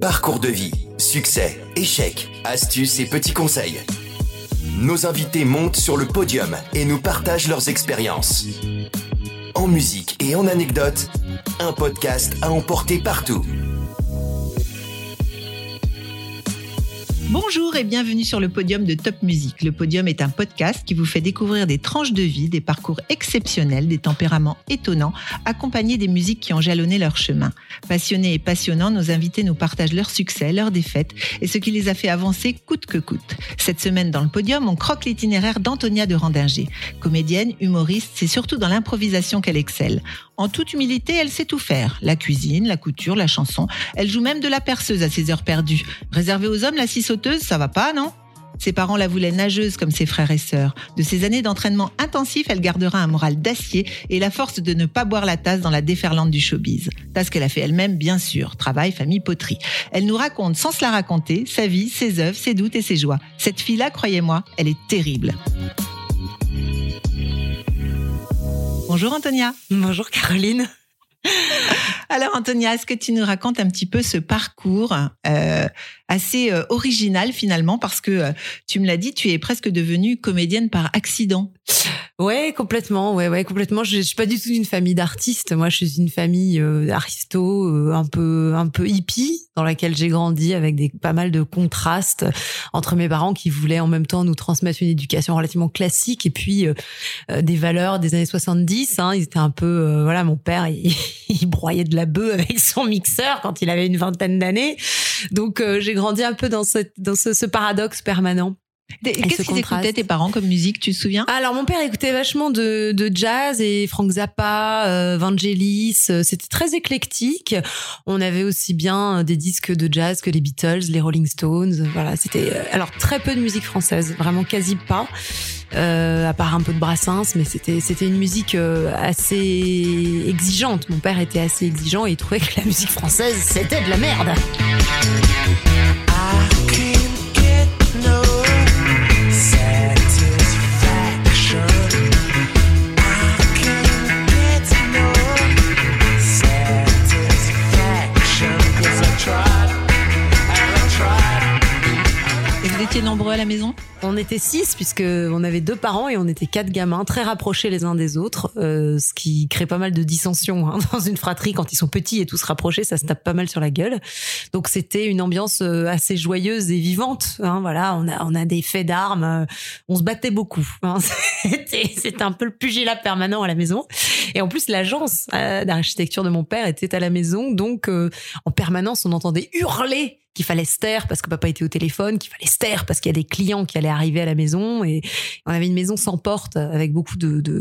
Parcours de vie, succès, échecs, astuces et petits conseils. Nos invités montent sur le podium et nous partagent leurs expériences. En musique et en anecdotes, un podcast à emporter partout. Bonjour et bienvenue sur le podium de Top Music. Le podium est un podcast qui vous fait découvrir des tranches de vie, des parcours exceptionnels, des tempéraments étonnants, accompagnés des musiques qui ont jalonné leur chemin. Passionnés et passionnants, nos invités nous partagent leurs succès, leurs défaites et ce qui les a fait avancer coûte que coûte. Cette semaine dans le podium, on croque l'itinéraire d'Antonia de Randinger. Comédienne, humoriste, c'est surtout dans l'improvisation qu'elle excelle. En toute humilité, elle sait tout faire. La cuisine, la couture, la chanson. Elle joue même de la perceuse à ses heures perdues. Réservée aux hommes, la scie sauteuse, ça va pas, non ? Ses parents la voulaient nageuse comme ses frères et sœurs. De ces années d'entraînement intensif, elle gardera un moral d'acier et la force de ne pas boire la tasse dans la déferlante du showbiz. Tasse qu'elle a fait elle-même, bien sûr. Travail, famille, poterie. Elle nous raconte, sans se la raconter, sa vie, ses œuvres, ses doutes et ses joies. Cette fille-là, croyez-moi, elle est terrible. Bonjour Antonia. Bonjour Caroline. Alors Antonia, est-ce que tu nous racontes un petit peu ce parcours assez original finalement, parce que tu me l'as dit, tu es presque devenue comédienne par accident. Ouais, complètement. Ouais, complètement. Je suis pas du tout d'une famille d'artistes. Moi, je suis d'une famille d'aristo, un peu hippie, dans laquelle j'ai grandi avec pas mal de contrastes entre mes parents qui voulaient en même temps nous transmettre une éducation relativement classique et puis des valeurs des années 70. Ils étaient un peu, mon père, il broyait de la bœuf avec son mixeur quand il avait une vingtaine d'années. Donc, j'ai grandi un peu dans ce paradoxe permanent. Qu'est-ce qu'ils écoutaient tes parents comme musique, tu te souviens ? Alors mon père écoutait vachement de jazz et Frank Zappa, Vangelis, c'était très éclectique. On avait aussi bien des disques de jazz que les Beatles, les Rolling Stones, voilà, c'était alors très peu de musique française, vraiment quasi pas. À part un peu de Brassens, mais c'était une musique assez exigeante. Mon père était assez exigeant et il trouvait que la musique française c'était de la merde. Vous étiez nombreux à la maison ? On était 6 puisque on avait 2 parents et on était 4 gamins très rapprochés les uns des autres, ce qui crée pas mal de dissensions dans une fratrie quand ils sont petits et tous rapprochés, ça se tape pas mal sur la gueule. Donc c'était une ambiance assez joyeuse et vivante. Voilà, on a des faits d'armes, on se battait beaucoup. C'était un peu le pugilat permanent à la maison. Et en plus l'agence d'architecture de mon père était à la maison, donc en permanence on entendait hurler qu'il fallait se taire parce que papa était au téléphone, qu'il fallait se taire parce qu'il y a des clients qui allaient arriver à la maison, et on avait une maison sans porte avec beaucoup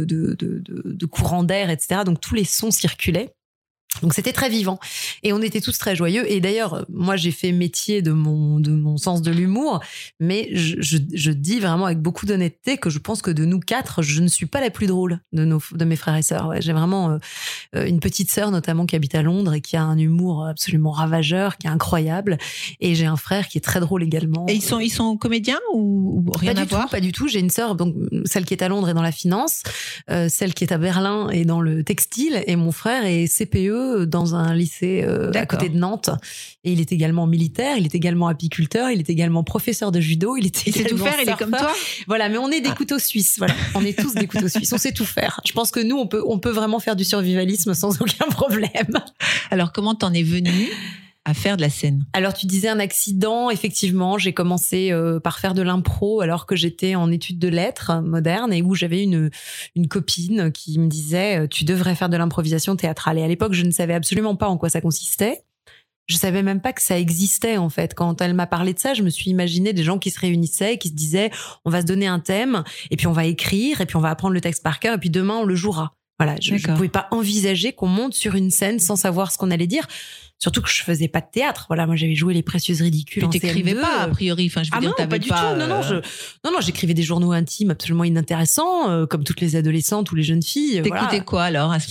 de courants d'air, etc. Donc tous les sons circulaient. Donc c'était très vivant et on était tous très joyeux. Et d'ailleurs, moi j'ai fait métier de mon sens de l'humour, mais je dis vraiment avec beaucoup d'honnêteté que je pense que de nous 4, je ne suis pas la plus drôle de mes frères et sœurs. Ouais, j'ai vraiment une petite sœur notamment qui habite à Londres et qui a un humour absolument ravageur, qui est incroyable. Et j'ai un frère qui est très drôle également. Et ils sont comédiens ou rien à voir ? Pas du tout. J'ai une sœur, donc celle qui est à Londres est dans la finance, celle qui est à Berlin est dans le textile, et mon frère est CPE dans un lycée à côté de Nantes. Et il est également militaire, il est également apiculteur, il est également professeur de judo, il sait tout faire, il est comme toi. Voilà, mais on est des couteaux suisses. Voilà, on est tous des couteaux suisses. On sait tout faire. Je pense que nous, on peut vraiment faire du survivalisme sans aucun problème. Alors, comment t'en es venue à faire de la scène ? Alors tu disais un accident, effectivement, j'ai commencé par faire de l'impro alors que j'étais en études de lettres modernes et où j'avais une copine qui me disait tu devrais faire de l'improvisation théâtrale. Et à l'époque, je ne savais absolument pas en quoi ça consistait. Je savais même pas que ça existait en fait. Quand elle m'a parlé de ça, je me suis imaginé des gens qui se réunissaient, qui se disaient on va se donner un thème et puis on va écrire et puis on va apprendre le texte par cœur et puis demain on le jouera. Voilà, je pouvais pas envisager qu'on monte sur une scène sans savoir ce qu'on allait dire. Surtout que je faisais pas de théâtre. Voilà, moi j'avais joué Les Précieuses Ridicules. Tu t'écrivais pas a priori. Enfin, je veux dire, non, pas du tout. Non, j'écrivais des journaux intimes absolument inintéressants, comme toutes les adolescentes ou les jeunes filles. T'écoutais quoi alors à ce moment-là ?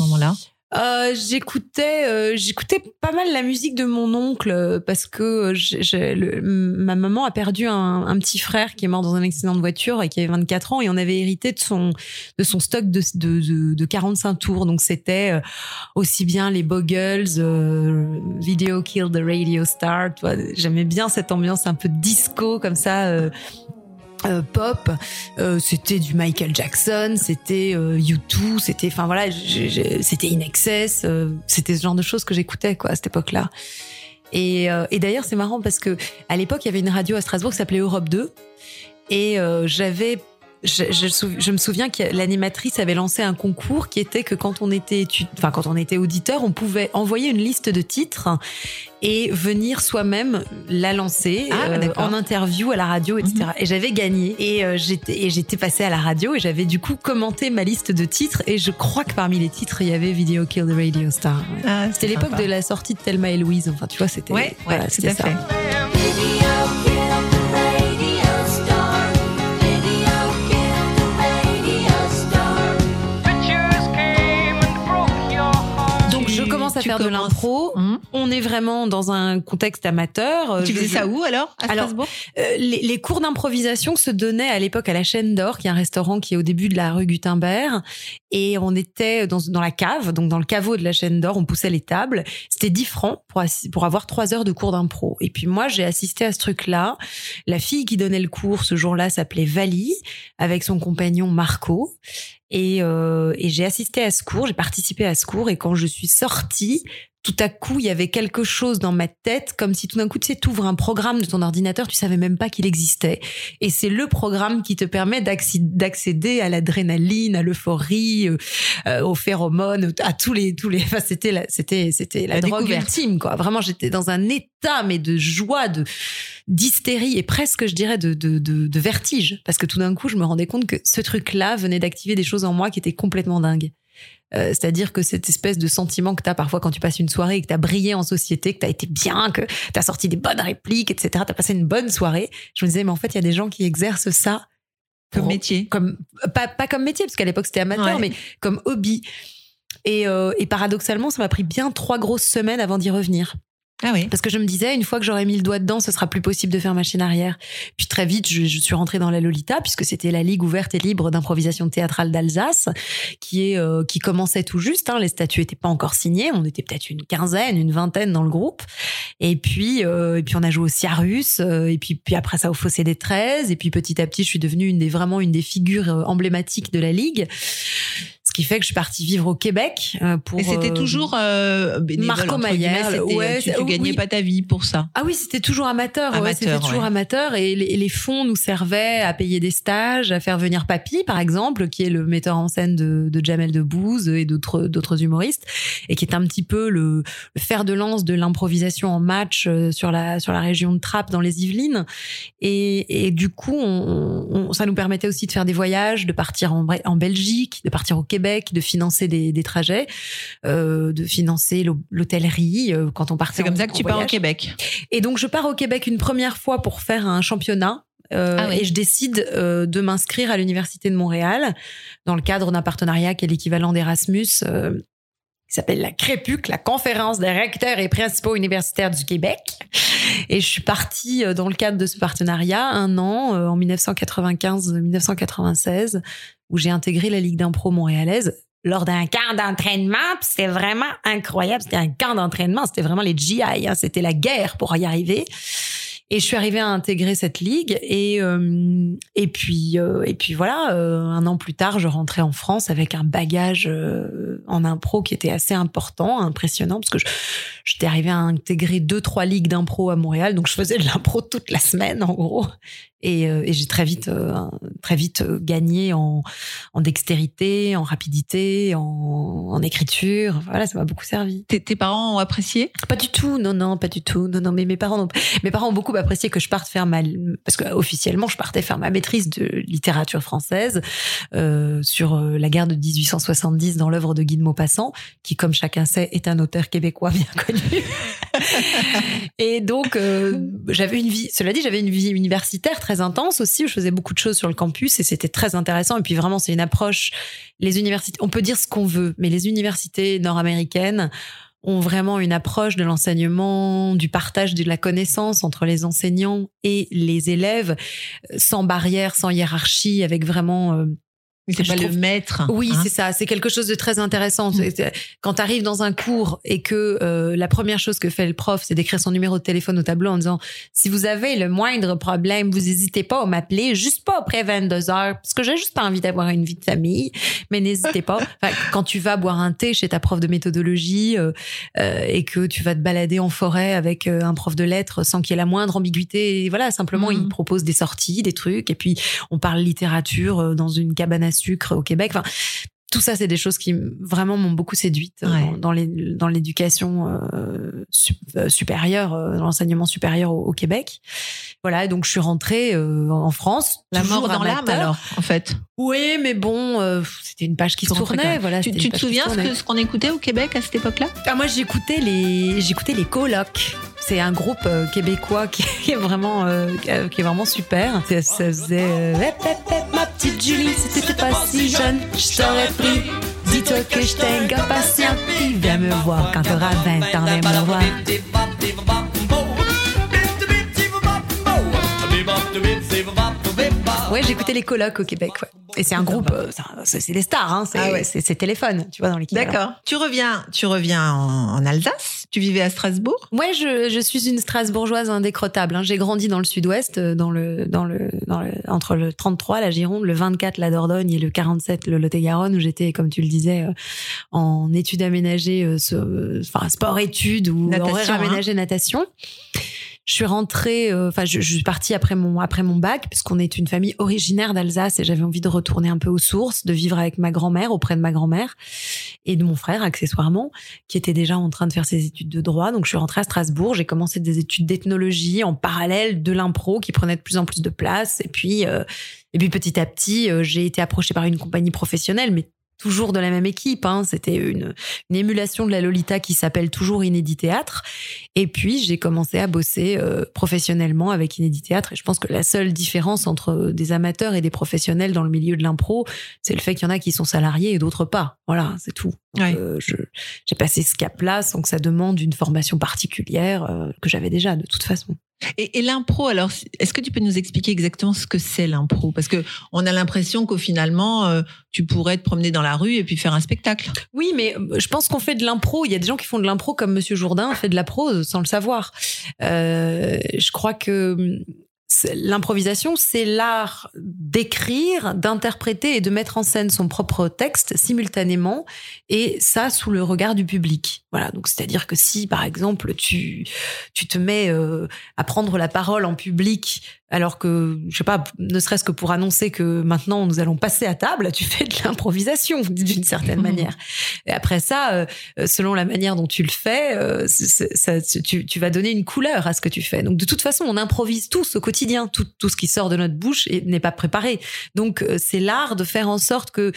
J'écoutais pas mal la musique de mon oncle parce que ma maman a perdu un petit frère qui est mort dans un accident de voiture et qui avait 24 ans et on avait hérité de son stock de 45 tours. Donc c'était aussi bien les Boggles, Video Kill the Radio Star. Tu vois, j'aimais bien cette ambiance un peu disco comme ça. Pop, c'était du Michael Jackson, c'était U2, c'était, enfin voilà, c'était In Excess, c'était ce genre de choses que j'écoutais quoi à cette époque-là. Et d'ailleurs c'est marrant parce que à l'époque il y avait une radio à Strasbourg qui s'appelait Europe 2 et je me souviens que l'animatrice avait lancé un concours qui était que quand on était auditeur, on pouvait envoyer une liste de titres et venir soi-même la lancer en interview à la radio, etc. Et j'avais gagné et j'étais passée à la radio et j'avais du coup commenté ma liste de titres et je crois que parmi les titres il y avait Video Kill the Radio Star. Ouais. Ah, c'était l'époque de la sortie de Thelma et Louise. Enfin tu vois c'était c'était ça. À faire de l'impro. On est vraiment dans un contexte amateur. Tu faisais ça où alors à Strasbourg? Les cours d'improvisation se donnaient à l'époque à la Chaîne d'Or, qui est un restaurant qui est au début de la rue Gutenberg. Et on était dans la cave, donc dans le caveau de la Chaîne d'Or, on poussait les tables. C'était 10 francs pour avoir 3 heures de cours d'impro. Et puis moi, j'ai assisté à ce truc-là. La fille qui donnait le cours ce jour-là s'appelait Vali, avec son compagnon Marco. Et j'ai assisté à ce cours, j'ai participé à ce cours et quand je suis sortie, tout à coup, il y avait quelque chose dans ma tête, comme si tout d'un coup, tu sais, t'ouvres un programme de ton ordinateur, tu savais même pas qu'il existait. Et c'est le programme qui te permet d'accéder à l'adrénaline, à l'euphorie, aux phéromones, à tous les, enfin, c'était la drogue ultime, quoi. Vraiment, j'étais dans un état, mais de joie, d'hystérie et presque, je dirais, de vertige. Parce que tout d'un coup, je me rendais compte que ce truc-là venait d'activer des choses en moi qui étaient complètement dingues. C'est-à-dire que cette espèce de sentiment que t'as parfois quand tu passes une soirée et que t'as brillé en société, que t'as été bien, que t'as sorti des bonnes répliques, etc. T'as passé une bonne soirée. Je me disais, mais en fait, il y a des gens qui exercent ça comme métier. Pas comme métier, parce qu'à l'époque, c'était amateur, mais comme hobby. Et paradoxalement, ça m'a pris bien 3 grosses semaines avant d'y revenir. Ah oui. Parce que je me disais, une fois que j'aurais mis le doigt dedans, ce sera plus possible de faire machine arrière. Puis très vite, je suis rentrée dans la Lolita, puisque c'était la Ligue ouverte et libre d'improvisation théâtrale d'Alsace, qui commençait tout juste. Les statuts étaient pas encore signés. On était peut-être une quinzaine, une vingtaine dans le groupe. Et puis on a joué au Ciarus. Et puis après ça au Fossé des 13. Et puis petit à petit, je suis devenue une des figures emblématiques de la Ligue. Ce qui fait que je suis partie vivre au Québec pour. Et c'était toujours Marco Maillère. Tu gagnais pas ta vie pour ça. Ah oui, c'était toujours amateur. C'était toujours amateur. Et les fonds nous servaient à payer des stages, à faire venir Papy, par exemple, qui est le metteur en scène de Jamel Debbouze et d'autres humoristes, et qui est un petit peu le fer de lance de l'improvisation en match sur la région de Trappes dans les Yvelines. Et du coup, ça nous permettait aussi de faire des voyages, de partir en Belgique, de partir au Québec, de financer des trajets, de financer l'hôtellerie quand on partait. C'est comme ça que tu pars au Québec. Et donc je pars au Québec une première fois pour faire un championnat. Et je décide de m'inscrire à l'Université de Montréal dans le cadre d'un partenariat qui est l'équivalent d'Erasmus, qui s'appelle la CREPUC, la Conférence des recteurs et principaux universitaires du Québec. Et je suis partie dans le cadre de ce partenariat 1 an, en 1995-1996, où j'ai intégré la Ligue d'impro montréalaise lors d'un camp d'entraînement. C'était vraiment incroyable. C'était un camp d'entraînement. C'était vraiment les GI. C'était la guerre pour y arriver. Et je suis arrivée à intégrer cette ligue et puis voilà, 1 an plus tard, je rentrais en France avec un bagage en impro qui était assez important, impressionnant, parce que j'étais arrivée à intégrer 2-3 ligues d'impro à Montréal, donc je faisais de l'impro toute la semaine en gros. Et j'ai très vite gagné en dextérité, en rapidité, en écriture. Voilà, ça m'a beaucoup servi. Tes parents ont apprécié? Pas du tout, non, pas du tout. Non, mais mes parents ont beaucoup apprécié que je parte faire parce que officiellement je partais faire ma maîtrise de littérature française sur la guerre de 1870 dans l'œuvre de Guy de Maupassant, qui, comme chacun sait, est un auteur québécois bien connu. Et donc j'avais une vie. Cela dit, j'avais une vie universitaire très très intense aussi, où je faisais beaucoup de choses sur le campus et c'était très intéressant. Et puis vraiment, c'est une approche, les universités, on peut dire ce qu'on veut, mais les universités nord-américaines ont vraiment une approche de l'enseignement, du partage de la connaissance entre les enseignants et les élèves, sans barrière, sans hiérarchie, avec vraiment... c'est pas le maître. Oui, c'est ça. C'est quelque chose de très intéressant. Quand tu arrives dans un cours et que la première chose que fait le prof, c'est d'écrire son numéro de téléphone au tableau en disant « Si vous avez le moindre problème, vous n'hésitez pas à m'appeler, juste pas après 22 heures, parce que j'ai juste pas envie d'avoir une vie de famille, mais n'hésitez pas. » Enfin, quand tu vas boire un thé chez ta prof de méthodologie et que tu vas te balader en forêt avec un prof de lettres sans qu'il y ait la moindre ambiguïté, voilà, simplement, il propose des sorties, des trucs, et puis on parle littérature dans une cabane à sucre au Québec. Enfin, tout ça, c'est des choses qui vraiment m'ont beaucoup séduite dans l'éducation supérieure, dans l'enseignement supérieur au Québec. Voilà, donc je suis rentrée en France. La mort dans l'âme, alors, en fait. Oui, mais bon, c'était une page qui se tournait. Voilà, tu te souviens ce qu'on écoutait au Québec à cette époque-là? Moi, j'écoutais les Colocs. C'est un groupe québécois qui est vraiment super. Ça faisait ma petite Julie, si t'étais pas si jeune, je t'aurais pris. Dis-toi que je t'ai un gars patient qui vient me voir quand t'auras 20 ans, viens me voir. Ouais, j'écoutais les Colocs au Québec, ouais. Et c'est un groupe, c'est les stars, hein. C'est Téléphone, tu vois, dans l'équipe. D'accord. Tu reviens en Alsace. Tu vivais à Strasbourg? Ouais, je suis une Strasbourgeoise indécrottable, hein. J'ai grandi dans le sud-ouest, entre le 33, la Gironde, le 24, la Dordogne, et le 47, le Lot-et-Garonne, où j'étais, comme tu le disais, en études aménagées, sport-études ou horaires aménagés, natation. Je suis rentrée, je suis partie après mon bac, puisqu'on est une famille originaire d'Alsace et j'avais envie de retourner un peu aux sources, de vivre avec ma grand-mère, auprès de ma grand-mère et de mon frère, accessoirement, qui était déjà en train de faire ses études de droit. Donc, je suis rentrée à Strasbourg. J'ai commencé des études d'ethnologie en parallèle de l'impro qui prenait de plus en plus de place. Et puis petit à petit, j'ai été approchée par une compagnie professionnelle, mais toujours de la même équipe, hein. C'était une émulation de la Lolita qui s'appelle toujours Inédit Théâtre. Et puis, j'ai commencé à bosser professionnellement avec Inédit Théâtre. Et je pense que la seule différence entre des amateurs et des professionnels dans le milieu de l'impro, c'est le fait qu'il y en a qui sont salariés et d'autres pas. Voilà, c'est tout. Donc, j'ai passé ce cap-là sans que ça demande une formation particulière que j'avais déjà de toute façon. Et l'impro, alors, est-ce que tu peux nous expliquer exactement ce que c'est l'impro? Parce que on a l'impression qu'au finalement, tu pourrais te promener dans la rue et puis faire un spectacle. Oui, mais je pense qu'on fait de l'impro. Il y a des gens qui font de l'impro comme Monsieur Jourdain fait de la prose sans le savoir. Je crois que l'improvisation, c'est l'art d'écrire, d'interpréter et de mettre en scène son propre texte simultanément, et ça sous le regard du public. Voilà, donc c'est-à-dire que si, par exemple, tu te mets à prendre la parole en public, alors que, je sais pas, ne serait-ce que pour annoncer que maintenant nous allons passer à table, tu fais de l'improvisation d'une certaine manière. Et après ça, selon la manière dont tu le fais, tu vas donner une couleur à ce que tu fais. Donc de toute façon, on improvise tous au quotidien. Tout ce qui sort de notre bouche n'est pas préparé. Donc c'est l'art de faire en sorte que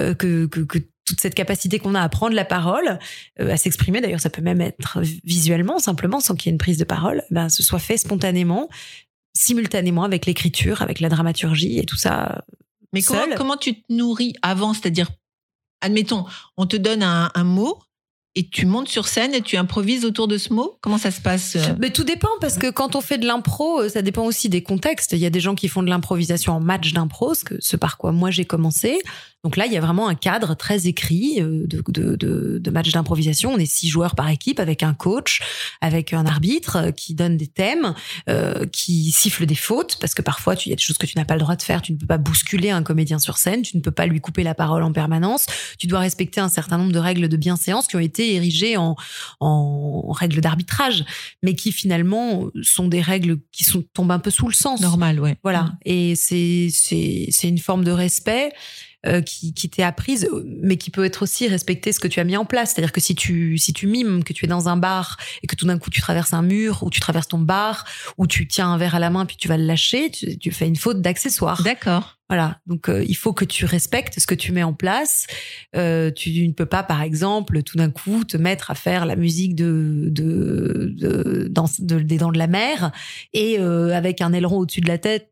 toute cette capacité qu'on a à prendre la parole, à s'exprimer, d'ailleurs ça peut même être visuellement, simplement, sans qu'il y ait une prise de parole, ce soit fait spontanément, simultanément avec l'écriture, avec la dramaturgie et tout ça. Mais comment tu te nourris avant? C'est-à-dire, admettons, on te donne un mot et tu montes sur scène et tu improvises autour de ce mot? Comment ça se passe? Mais tout dépend, parce que quand on fait de l'impro, ça dépend aussi des contextes. Il y a des gens qui font de l'improvisation en match d'impro, ce par quoi moi j'ai commencé. Donc là, il y a vraiment un cadre très écrit de match d'improvisation. On est 6 joueurs par équipe, avec un coach, avec un arbitre qui donne des thèmes, qui siffle des fautes, parce que parfois, il y a des choses que tu n'as pas le droit de faire. Tu ne peux pas bousculer un comédien sur scène, tu ne peux pas lui couper la parole en permanence. Tu dois respecter un certain nombre de règles de bienséance qui ont été érigées en règles d'arbitrage, mais qui finalement sont des règles qui tombent un peu sous le sens. Normal, ouais. Voilà. Et c'est une forme de respect qui t'est apprise, mais qui peut être aussi respecter ce que tu as mis en place. C'est-à-dire que si tu mimes que tu es dans un bar et que tout d'un coup tu traverses un mur, ou tu traverses ton bar, ou tu tiens un verre à la main puis tu vas le lâcher, tu fais une faute d'accessoire. D'accord. Voilà, donc il faut que tu respectes ce que tu mets en place. Tu ne peux pas, par exemple, tout d'un coup te mettre à faire la musique des Dents de la Mer et avec un aileron au-dessus de la tête.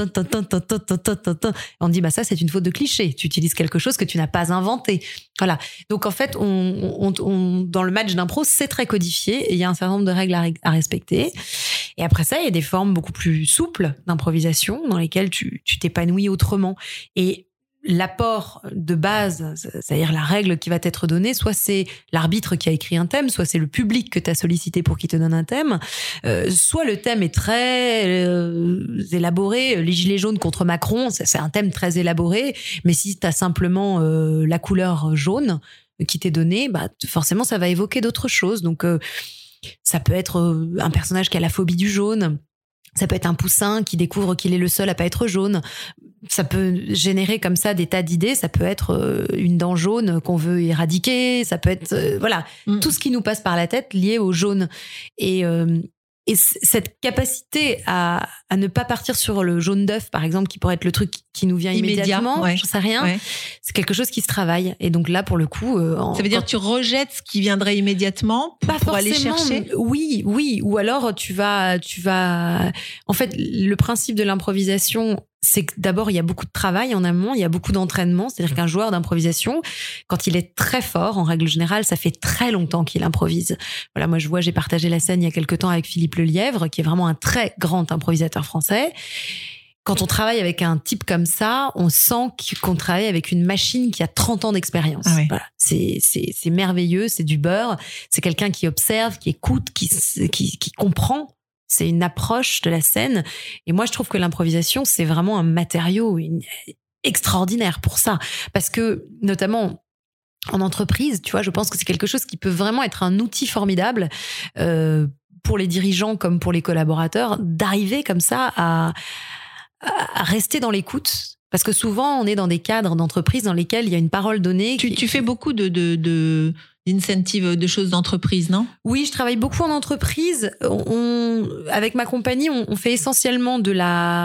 On dit ça c'est une faute de cliché. Tu utilises quelque chose que tu n'as pas inventé. Voilà. Donc en fait, dans le match d'impro, c'est très codifié et il y a un certain nombre de règles à respecter. Et après ça, il y a des formes beaucoup plus souples d'improvisation dans lesquelles tu t'épanouis autrement. Et l'apport de base, c'est-à-dire la règle qui va t'être donnée, soit c'est l'arbitre qui a écrit un thème, soit c'est le public que tu as sollicité pour qu'il te donne un thème, soit le thème est très élaboré, les gilets jaunes contre Macron, c'est un thème très élaboré, mais si tu as simplement la couleur jaune qui t'est donnée, forcément ça va évoquer d'autres choses. Donc ça peut être un personnage qui a la phobie du jaune, ça peut être un poussin qui découvre qu'il est le seul à pas être jaune. Ça peut générer comme ça des tas d'idées. Ça peut être une dent jaune qu'on veut éradiquer. Ça peut être tout ce qui nous passe par la tête lié au jaune. Et cette capacité à ne pas partir sur le jaune d'œuf, par exemple, qui pourrait être le truc qui nous vient immédiatement, j'en sais rien, c'est quelque chose qui se travaille. Et donc là, pour le coup... ça veut dire que tu rejettes ce qui viendrait immédiatement pour aller chercher? Oui. Ou alors tu vas... En fait, le principe de l'improvisation, c'est que d'abord, il y a beaucoup de travail en amont, il y a beaucoup d'entraînement. C'est-à-dire qu'un joueur d'improvisation, quand il est très fort, en règle générale, ça fait très longtemps qu'il improvise. Voilà, moi, j'ai partagé la scène il y a quelque temps avec Philippe Lelièvre, qui est vraiment un très grand improvisateur français. Quand on travaille avec un type comme ça, on sent qu'on travaille avec une machine qui a 30 ans d'expérience. Ah oui. Voilà. C'est merveilleux, c'est du beurre. C'est quelqu'un qui observe, qui écoute, qui comprend. C'est une approche de la scène. Et moi, je trouve que l'improvisation, c'est vraiment un matériau extraordinaire pour ça. Parce que, notamment en entreprise, tu vois, je pense que c'est quelque chose qui peut vraiment être un outil formidable pour les dirigeants comme pour les collaborateurs, d'arriver comme ça à rester dans l'écoute. Parce que souvent, on est dans des cadres d'entreprise dans lesquels il y a une parole donnée. Tu fais beaucoup d'incentives, de choses d'entreprise, non? Oui, je travaille beaucoup en entreprise. Avec ma compagnie, on fait essentiellement de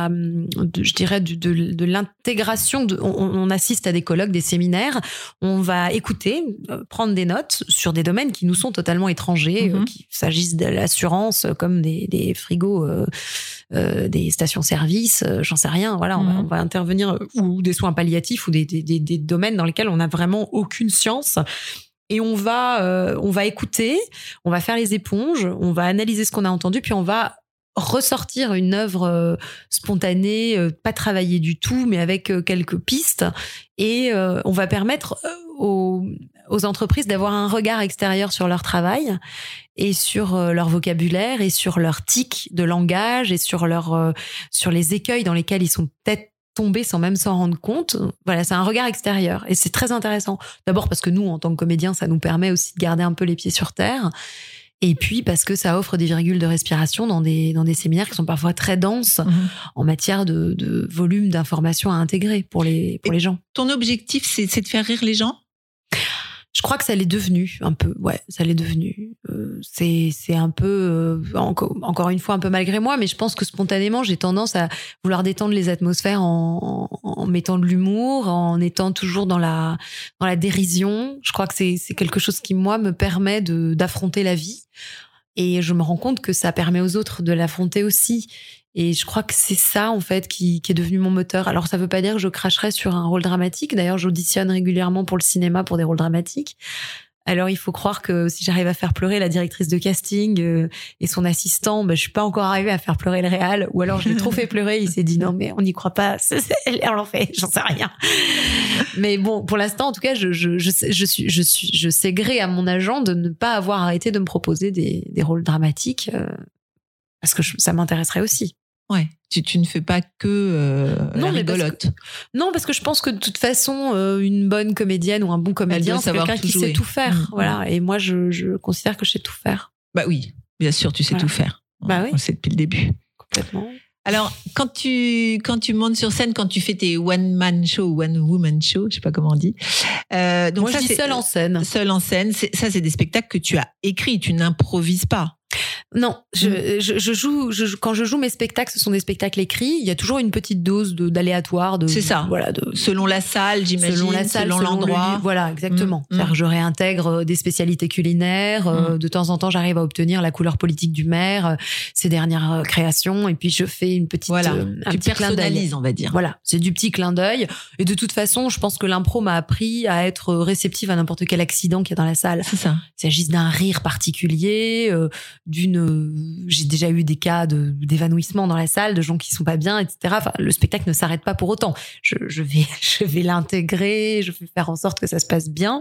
l'intégration. On assiste à des colloques, des séminaires. On va écouter, prendre des notes sur des domaines qui nous sont totalement étrangers, qu'il s'agisse de l'assurance comme des frigos, des stations-service, j'en sais rien. Voilà, on va intervenir, ou des soins palliatifs, ou des domaines dans lesquels on n'a vraiment aucune science. Et on va écouter, on va faire les éponges, on va analyser ce qu'on a entendu, puis on va ressortir une œuvre spontanée, pas travaillée du tout, mais avec quelques pistes. Et on va permettre aux entreprises d'avoir un regard extérieur sur leur travail et sur leur vocabulaire et sur leurs tics de langage et sur les écueils dans lesquels ils sont peut-être tombés sans même s'en rendre compte. Voilà, c'est un regard extérieur et c'est très intéressant. D'abord parce que nous, en tant que comédiens, ça nous permet aussi de garder un peu les pieds sur terre. Et puis parce que ça offre des virgules de respiration dans des séminaires qui sont parfois très denses en matière de volume d'informations à intégrer pour les gens. Ton objectif, c'est de faire rire les gens? Je crois que ça l'est devenu un peu. Ouais, ça l'est devenu. C'est un peu, encore une fois, un peu malgré moi, mais je pense que spontanément, j'ai tendance à vouloir détendre les atmosphères en mettant de l'humour, en étant toujours dans la dérision. Je crois que c'est quelque chose qui, moi, me permet d'affronter la vie. Et je me rends compte que ça permet aux autres de l'affronter aussi. Et je crois que c'est ça, en fait, qui est devenu mon moteur. Alors, ça veut pas dire que je cracherai sur un rôle dramatique. D'ailleurs, j'auditionne régulièrement pour le cinéma pour des rôles dramatiques. Alors, il faut croire que si j'arrive à faire pleurer la directrice de casting et son assistant, je suis pas encore arrivée à faire pleurer le réal. Ou alors, je l'ai trop fait pleurer. Il s'est dit, non, mais on n'y croit pas. On l'en fait. J'en sais rien. Mais bon, pour l'instant, en tout cas, je sais gré à mon agent de ne pas avoir arrêté de me proposer des rôles dramatiques parce que ça m'intéresserait aussi. Ouais, tu ne fais pas que la rigolote. Non, parce que je pense que de toute façon, une bonne comédienne ou un bon comédien, c'est quelqu'un qui sait tout faire. Voilà. Et moi, je considère que je sais tout faire. Bah oui, bien sûr, tu sais tout faire. Bah oui. On le sait depuis le début. Complètement. Alors, quand tu montes sur scène, quand tu fais tes one-man show ou one-woman show, je sais pas comment on dit. Donc moi, je dis seul en scène. Seul en scène, c'est des spectacles que tu as écrits, tu n'improvises pas. Non, quand je joue mes spectacles, ce sont des spectacles écrits. Il y a toujours une petite dose d'aléatoire. C'est ça. Voilà, selon la salle, j'imagine. Selon l'endroit. Voilà, exactement. C'est-à-dire que je réintègre des spécialités culinaires. De temps en temps, j'arrive à obtenir la couleur politique du maire, ses dernières créations. Et puis, je fais une petite... Voilà, tu personnalises, on va dire. Voilà, c'est du petit clin d'œil. Et de toute façon, je pense que l'impro m'a appris à être réceptive à n'importe quel accident qu'il y a dans la salle. C'est ça. Il s'agisse d'un rire particulier, j'ai déjà eu des cas d'évanouissement dans la salle, de gens qui sont pas bien, etc. Enfin, le spectacle ne s'arrête pas pour autant. Je vais l'intégrer, je vais faire en sorte que ça se passe bien.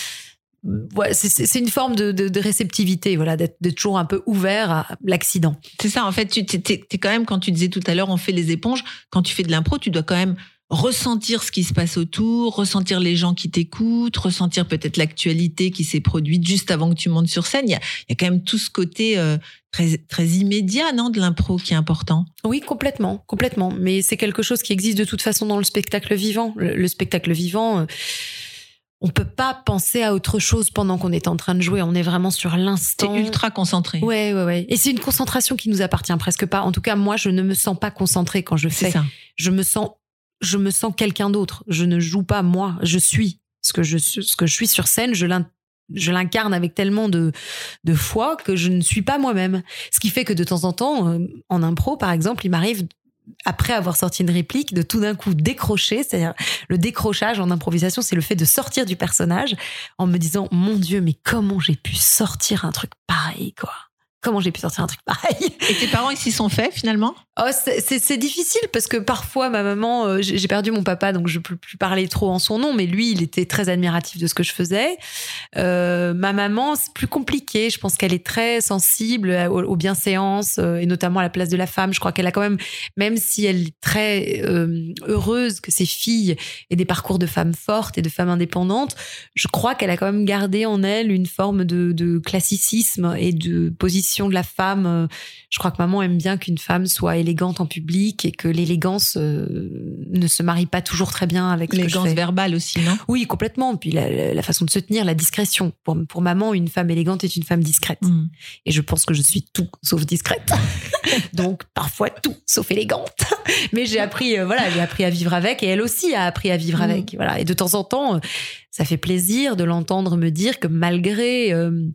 Ouais, c'est une forme de réceptivité, voilà, d'être toujours un peu ouvert à l'accident. C'est ça, en fait, t'es quand même, quand tu disais tout à l'heure, on fait les éponges, quand tu fais de l'impro, tu dois quand même ressentir ce qui se passe autour, ressentir les gens qui t'écoutent, ressentir peut-être l'actualité qui s'est produite juste avant que tu montes sur scène. Il y a quand même tout ce côté très, très immédiat, non, de l'impro qui est important. Oui, complètement. Mais c'est quelque chose qui existe de toute façon dans le spectacle vivant. Le spectacle vivant, on peut pas penser à autre chose pendant qu'on est en train de jouer. On est vraiment sur l'instant. T'es ultra concentré. Ouais. Et c'est une concentration qui nous appartient presque pas. En tout cas, moi, je ne me sens pas concentrée quand je fais. C'est ça. Je me sens quelqu'un d'autre. Je ne joue pas moi. Je suis ce que je suis sur scène. Je l'incarne avec tellement de foi que je ne suis pas moi-même. Ce qui fait que de temps en temps, en impro, par exemple, il m'arrive, après avoir sorti une réplique, de tout d'un coup décrocher. C'est-à-dire, le décrochage en improvisation, c'est le fait de sortir du personnage en me disant, mon Dieu, mais comment j'ai pu sortir un truc pareil, quoi. Comment j'ai pu sortir un truc pareil? Et tes parents, ils s'y sont faits, finalement? Oh, c'est difficile parce que parfois, ma maman, j'ai perdu mon papa, donc je peux plus parler trop en son nom, mais lui, il était très admiratif de ce que je faisais. Ma maman, c'est plus compliqué. Je pense qu'elle est très sensible aux bienséances et notamment à la place de la femme. Je crois qu'elle a quand même si elle est très heureuse que ses filles aient des parcours de femmes fortes et de femmes indépendantes, je crois qu'elle a quand même gardé en elle une forme de classicisme et de position de la femme. Je crois que maman aime bien qu'une femme soit élégante en public et que l'élégance ne se marie pas toujours très bien avec ce que je fais. L'élégance verbale aussi, non? Oui, complètement. Puis la façon de se tenir, la discrétion. Pour maman, une femme élégante est une femme discrète. Et je pense que je suis tout sauf discrète. Donc, parfois tout sauf élégante. Mais j'ai appris à vivre avec, et elle aussi a appris à vivre avec. Voilà. Et de temps en temps, ça fait plaisir de l'entendre me dire que malgré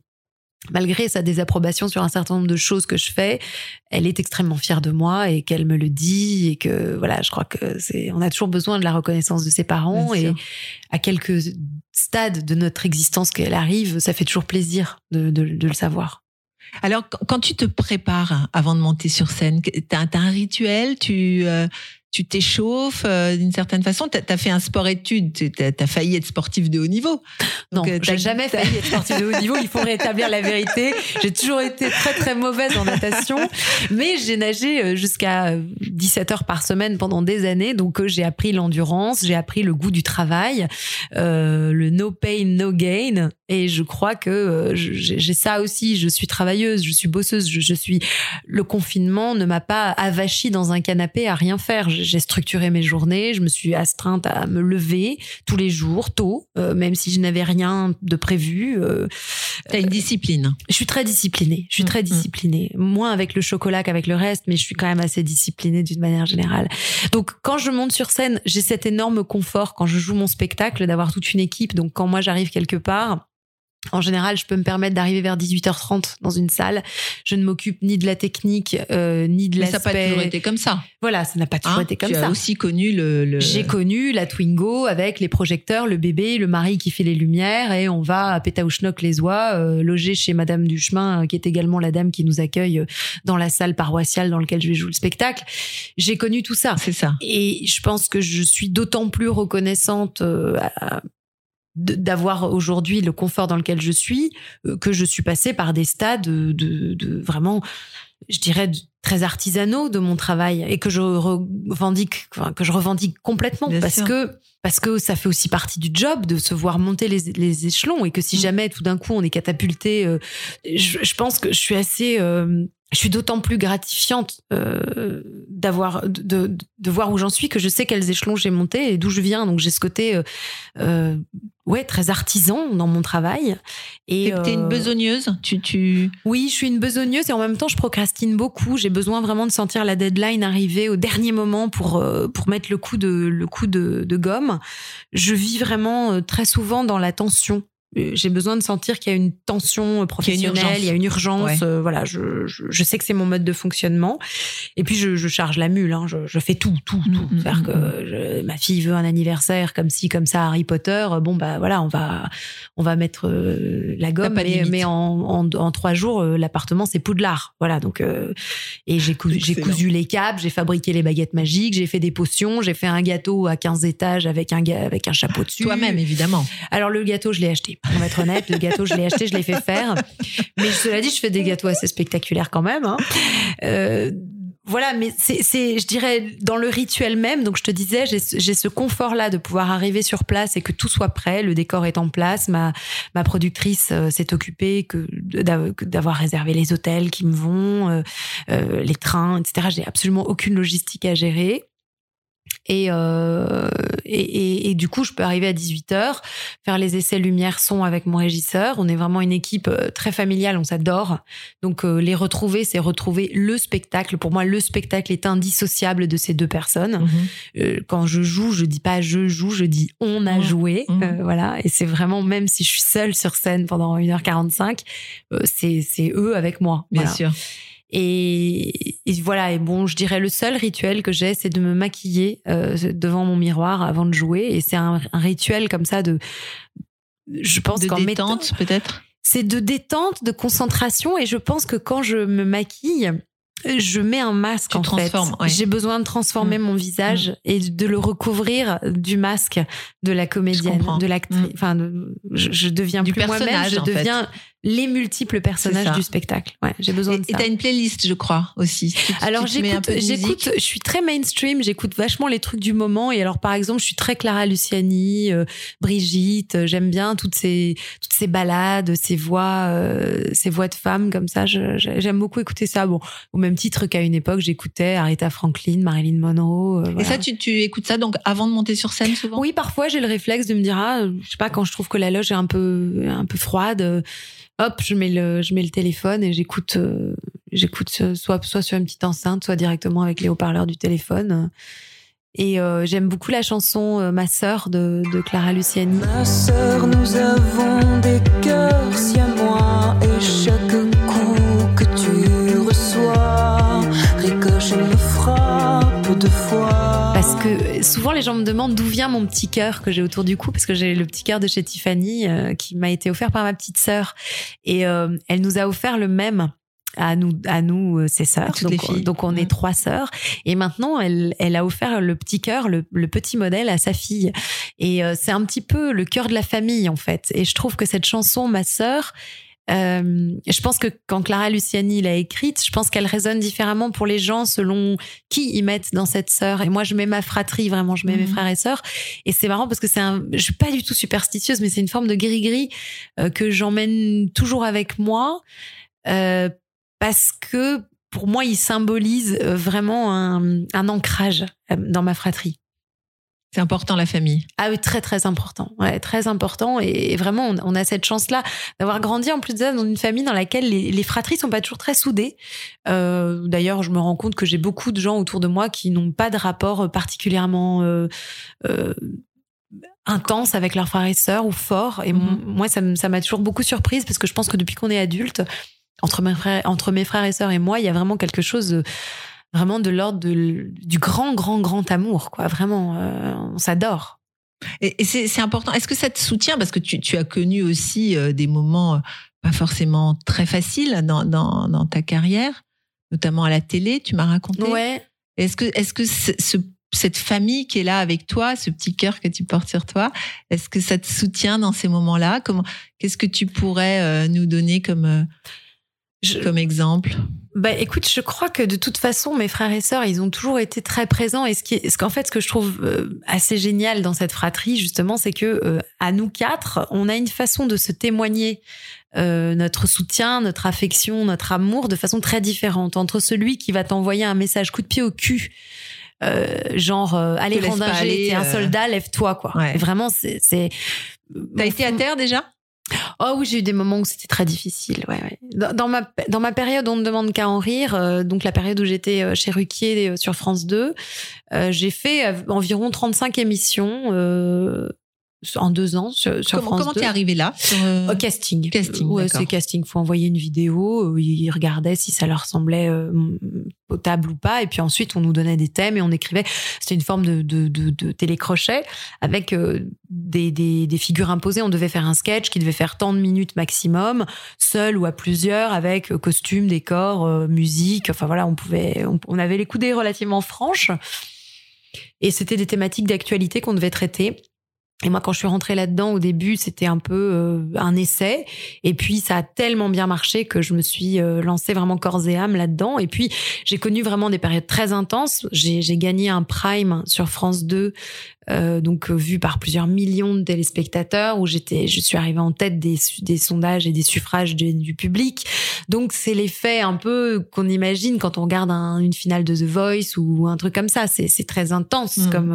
sa désapprobation sur un certain nombre de choses que je fais, elle est extrêmement fière de moi et qu'elle me le dit, et que voilà, je crois que on a toujours besoin de la reconnaissance de ses parents. Bien sûr. Et à quelques stades de notre existence qu'elle arrive, ça fait toujours plaisir de le savoir. Alors, quand tu te prépares avant de monter sur scène, t'as un rituel, tu t'échauffes d'une certaine façon. T'as fait un sport-études, t'as failli être sportif de haut niveau. Donc, non, j'ai jamais failli être sportif de haut niveau. Il faut rétablir la vérité. J'ai toujours été très très mauvaise en natation, mais j'ai nagé jusqu'à 17 heures par semaine pendant des années. Donc j'ai appris l'endurance, j'ai appris le goût du travail, le no pain no gain. Et je crois que j'ai ça aussi. Je suis travailleuse, je suis bosseuse. Le confinement ne m'a pas avachie dans un canapé à rien faire. J'ai structuré mes journées, je me suis astreinte à me lever tous les jours, tôt, même si je n'avais rien de prévu. T'as une discipline. Je suis très disciplinée. Moins avec le chocolat qu'avec le reste, mais je suis quand même assez disciplinée d'une manière générale. Donc, quand je monte sur scène, j'ai cet énorme confort quand je joue mon spectacle d'avoir toute une équipe. Donc, quand moi j'arrive quelque part, en général, je peux me permettre d'arriver vers 18h30 dans une salle. Je ne m'occupe ni de la technique, ni de l'aspect. Mais ça n'a pas toujours été comme ça. Voilà, ça n'a pas toujours été comme ça. Tu as aussi connu J'ai connu la Twingo avec les projecteurs, le bébé, le mari qui fait les lumières, et on va à Pétaouchnok-les-Oies, loger chez Madame Duchemin, qui est également la dame qui nous accueille dans la salle paroissiale dans laquelle je vais jouer le spectacle. J'ai connu tout ça. C'est ça. Et je pense que je suis d'autant plus reconnaissante d'avoir aujourd'hui le confort dans lequel je suis, que je suis passée par des stades de vraiment, je dirais, très artisanaux de mon travail, et que je revendique complètement. Bien parce sûr. que ça fait aussi partie du job de se voir monter les échelons, et que si jamais tout d'un coup on est catapulté, je pense que je suis assez je suis d'autant plus gratifiante de voir où j'en suis, que je sais quels échelons j'ai monté et d'où je viens. Donc j'ai ce côté très artisan dans mon travail. Et t'es une besogneuse. Oui, je suis une besogneuse et en même temps, je procrastine beaucoup. J'ai besoin vraiment de sentir la deadline arriver au dernier moment pour mettre le coup de gomme. Je vis vraiment très souvent dans la tension. J'ai besoin de sentir qu'il y a une tension professionnelle, il y a une urgence. Ouais. Voilà, je sais que c'est mon mode de fonctionnement. Et puis je charge la mule. Hein, je fais tout. C'est-à-dire que ma fille veut un anniversaire comme ci, comme ça, Harry Potter. Bon bah voilà, on va mettre la gomme, mais en 3 jours, l'appartement c'est Poudlard. Voilà, donc et j'ai cousu les câbles, j'ai fabriqué les baguettes magiques, j'ai fait des potions, j'ai fait un gâteau à 15 étages avec un chapeau dessus. Toi-même évidemment. Alors le gâteau, je l'ai acheté. Pour être honnête, le gâteau, je l'ai acheté, je l'ai fait faire. Mais cela dit, je fais des gâteaux assez spectaculaires quand même. Hein. Voilà, mais c'est, je dirais, dans le rituel même. Donc, je te disais, j'ai ce confort-là de pouvoir arriver sur place et que tout soit prêt, le décor est en place. Ma productrice s'est occupée d'avoir réservé les hôtels qui me vont, les trains, etc. J'ai absolument aucune logistique à gérer. Et du coup, je peux arriver à 18h, faire les essais lumière son avec mon régisseur. On est vraiment une équipe très familiale, on s'adore. Donc, les retrouver, c'est retrouver le spectacle. Pour moi, le spectacle est indissociable de ces 2 personnes. Quand je joue, je dis pas je joue, je dis on a joué. Voilà. Et c'est vraiment, même si je suis seule sur scène pendant 1h45, c'est eux avec moi. Bien voilà. sûr. Et voilà, et bon, je dirais le seul rituel que j'ai, c'est de me maquiller devant mon miroir avant de jouer. Et c'est un rituel comme ça je pense de détente peut-être. C'est de détente, de concentration. Et je pense que quand je me maquille, je mets un masque en fait. Ouais. J'ai besoin de transformer mon visage et de le recouvrir du masque de la comédienne, de l'actrice. Enfin, je deviens plus moi-même, je deviens les multiples personnages du spectacle. Ouais, j'ai besoin de ça. Et t'as une playlist, je crois, aussi. Alors j'écoute, je suis très mainstream, j'écoute vachement les trucs du moment. Et alors par exemple, je suis très Clara Luciani, Brigitte. J'aime bien toutes ces ballades, ces voix de femmes comme ça. J'aime beaucoup écouter ça. Bon, au même titre qu'à une époque, j'écoutais Aretha Franklin, Marilyn Monroe. Et ça, tu écoutes ça donc avant de monter sur scène souvent? Oui, parfois j'ai le réflexe de me dire je sais pas, quand je trouve que la loge est un peu froide. Hop, je mets le téléphone et j'écoute soit sur une petite enceinte, soit directement avec les haut-parleurs du téléphone. Et j'aime beaucoup la chanson Ma sœur de Clara Luciani. Ma sœur, nous avons des cœurs siamois et chaque coup que tu reçois ricoche et me frappe 2 fois. Parce que souvent les gens me demandent d'où vient mon petit cœur que j'ai autour du cou, parce que j'ai le petit cœur de chez Tiffany qui m'a été offert par ma petite sœur et elle nous a offert le même à nous ses sœurs, donc on est 3 sœurs et maintenant elle a offert le petit cœur, le petit modèle à sa fille et c'est un petit peu le cœur de la famille en fait. Et je trouve que cette chanson Ma sœur, je pense que quand Clara Luciani l'a écrite, je pense qu'elle résonne différemment pour les gens selon qui ils mettent dans cette sœur. Et moi, je mets ma fratrie, vraiment, je mets mes frères et sœurs. Et c'est marrant parce que je suis pas du tout superstitieuse, mais c'est une forme de gris-gris que j'emmène toujours avec moi parce que pour moi, il symbolise vraiment un ancrage dans ma fratrie. C'est important, la famille. Ah oui, très, très important. Ouais, très important. Et vraiment, on a cette chance-là d'avoir grandi, en plus de ça, dans une famille dans laquelle les fratries sont pas toujours très soudées. D'ailleurs, je me rends compte que j'ai beaucoup de gens autour de moi qui n'ont pas de rapport particulièrement intense avec leurs frères et sœurs ou fort. Et moi, ça m'a toujours beaucoup surprise parce que je pense que depuis qu'on est adulte, entre mes frères et sœurs et moi, il y a vraiment quelque chose vraiment de l'ordre du grand amour, quoi. Vraiment, on s'adore. Et c'est important. Est-ce que ça te soutient? Parce que tu as connu aussi des moments pas forcément très faciles dans ta carrière, notamment à la télé, tu m'as raconté. Ouais. Est-ce que cette famille qui est là avec toi, ce petit cœur que tu portes sur toi, est-ce que ça te soutient dans ces moments-là? Qu'est-ce que tu pourrais nous donner comme exemple? Bah, écoute, je crois que de toute façon, mes frères et sœurs, ils ont toujours été très présents. Et ce que je trouve assez génial dans cette fratrie, justement, c'est que à nous 4, on a une façon de se témoigner notre soutien, notre affection, notre amour de façon très différente. Entre celui qui va t'envoyer un message coup de pied au cul allez, Randinger, t'es un soldat, lève-toi, quoi. Ouais. Et vraiment, c'est... T'as été à terre déjà ? Oh oui, j'ai eu des moments où c'était très difficile. Ouais. Dans ma période, on ne demande qu'à en rire. Donc la période où j'étais chez Ruquier sur France 2, j'ai fait environ 35 émissions en 2 ans sur France 2. Comment t'es arrivé là ? Casting. Ouais, c'est casting. Faut envoyer une vidéo. Ils regardaient si ça leur semblait potable ou pas. Et puis ensuite, on nous donnait des thèmes et on écrivait. C'était une forme de télécrochet avec des figures imposées. On devait faire un sketch qui devait faire tant de minutes maximum, seul ou à plusieurs, avec costume, décor, musique. Enfin voilà, on avait les coudées relativement franches. Et c'était des thématiques d'actualité qu'on devait traiter. Et moi, quand je suis rentrée là-dedans, au début, c'était un peu un essai. Et puis, ça a tellement bien marché que je me suis lancée vraiment corps et âme là-dedans. Et puis, j'ai connu vraiment des périodes très intenses. J'ai gagné un prime sur France 2, vu par plusieurs millions de téléspectateurs, où je suis arrivée en tête des sondages et des suffrages du public. Donc, c'est l'effet un peu qu'on imagine quand on regarde une finale de The Voice ou un truc comme ça. C'est très intense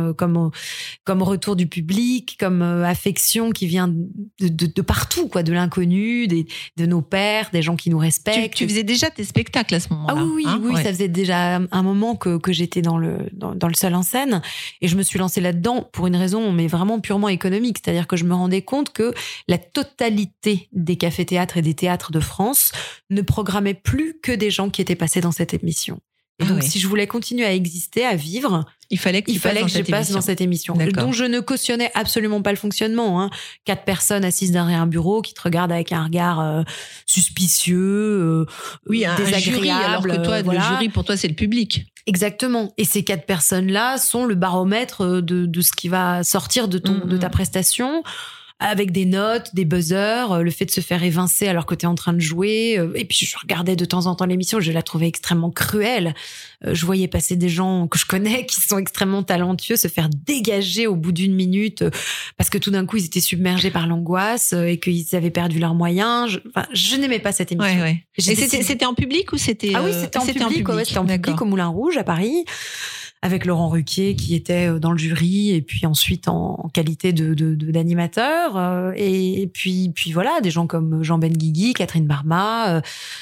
comme retour du public, comme affection qui vient de partout, quoi, de l'inconnu, de nos pairs, des gens qui nous respectent. Tu faisais déjà tes spectacles à ce moment-là. Ah oui, ouais. Ça faisait déjà un moment que j'étais dans le seul en scène, et je me suis lancée là-dedans pour une raison, mais vraiment purement économique. C'est-à-dire que je me rendais compte que la totalité des cafés-théâtres et des théâtres de France ne programmaient plus que des gens qui étaient passés dans cette émission. Et donc, si je voulais continuer à exister, à vivre, il fallait que je passe dans cette émission. Donc, je ne cautionnais absolument pas le fonctionnement. 4 personnes assises derrière un bureau qui te regardent avec un regard suspicieux, désagréable. Un jury, alors que toi, le jury, pour toi, c'est le public. Exactement. Et ces 4 personnes-là sont le baromètre de ce qui va sortir de ta prestation. Avec des notes, des buzzers, le fait de se faire évincer alors que t'es en train de jouer. Et puis, je regardais de temps en temps l'émission, je la trouvais extrêmement cruelle. Je voyais passer des gens que je connais qui sont extrêmement talentueux se faire dégager au bout d'1 minute parce que tout d'un coup, ils étaient submergés par l'angoisse et qu'ils avaient perdu leurs moyens. Je n'aimais pas cette émission. Ouais. Et c'était en public ou c'était... Ah oui, c'était en public. C'était en public au Moulin Rouge à Paris, avec Laurent Ruquier qui était dans le jury, et puis ensuite en qualité d'animateur, et puis voilà, des gens comme Jean Benguigui, Catherine Barma,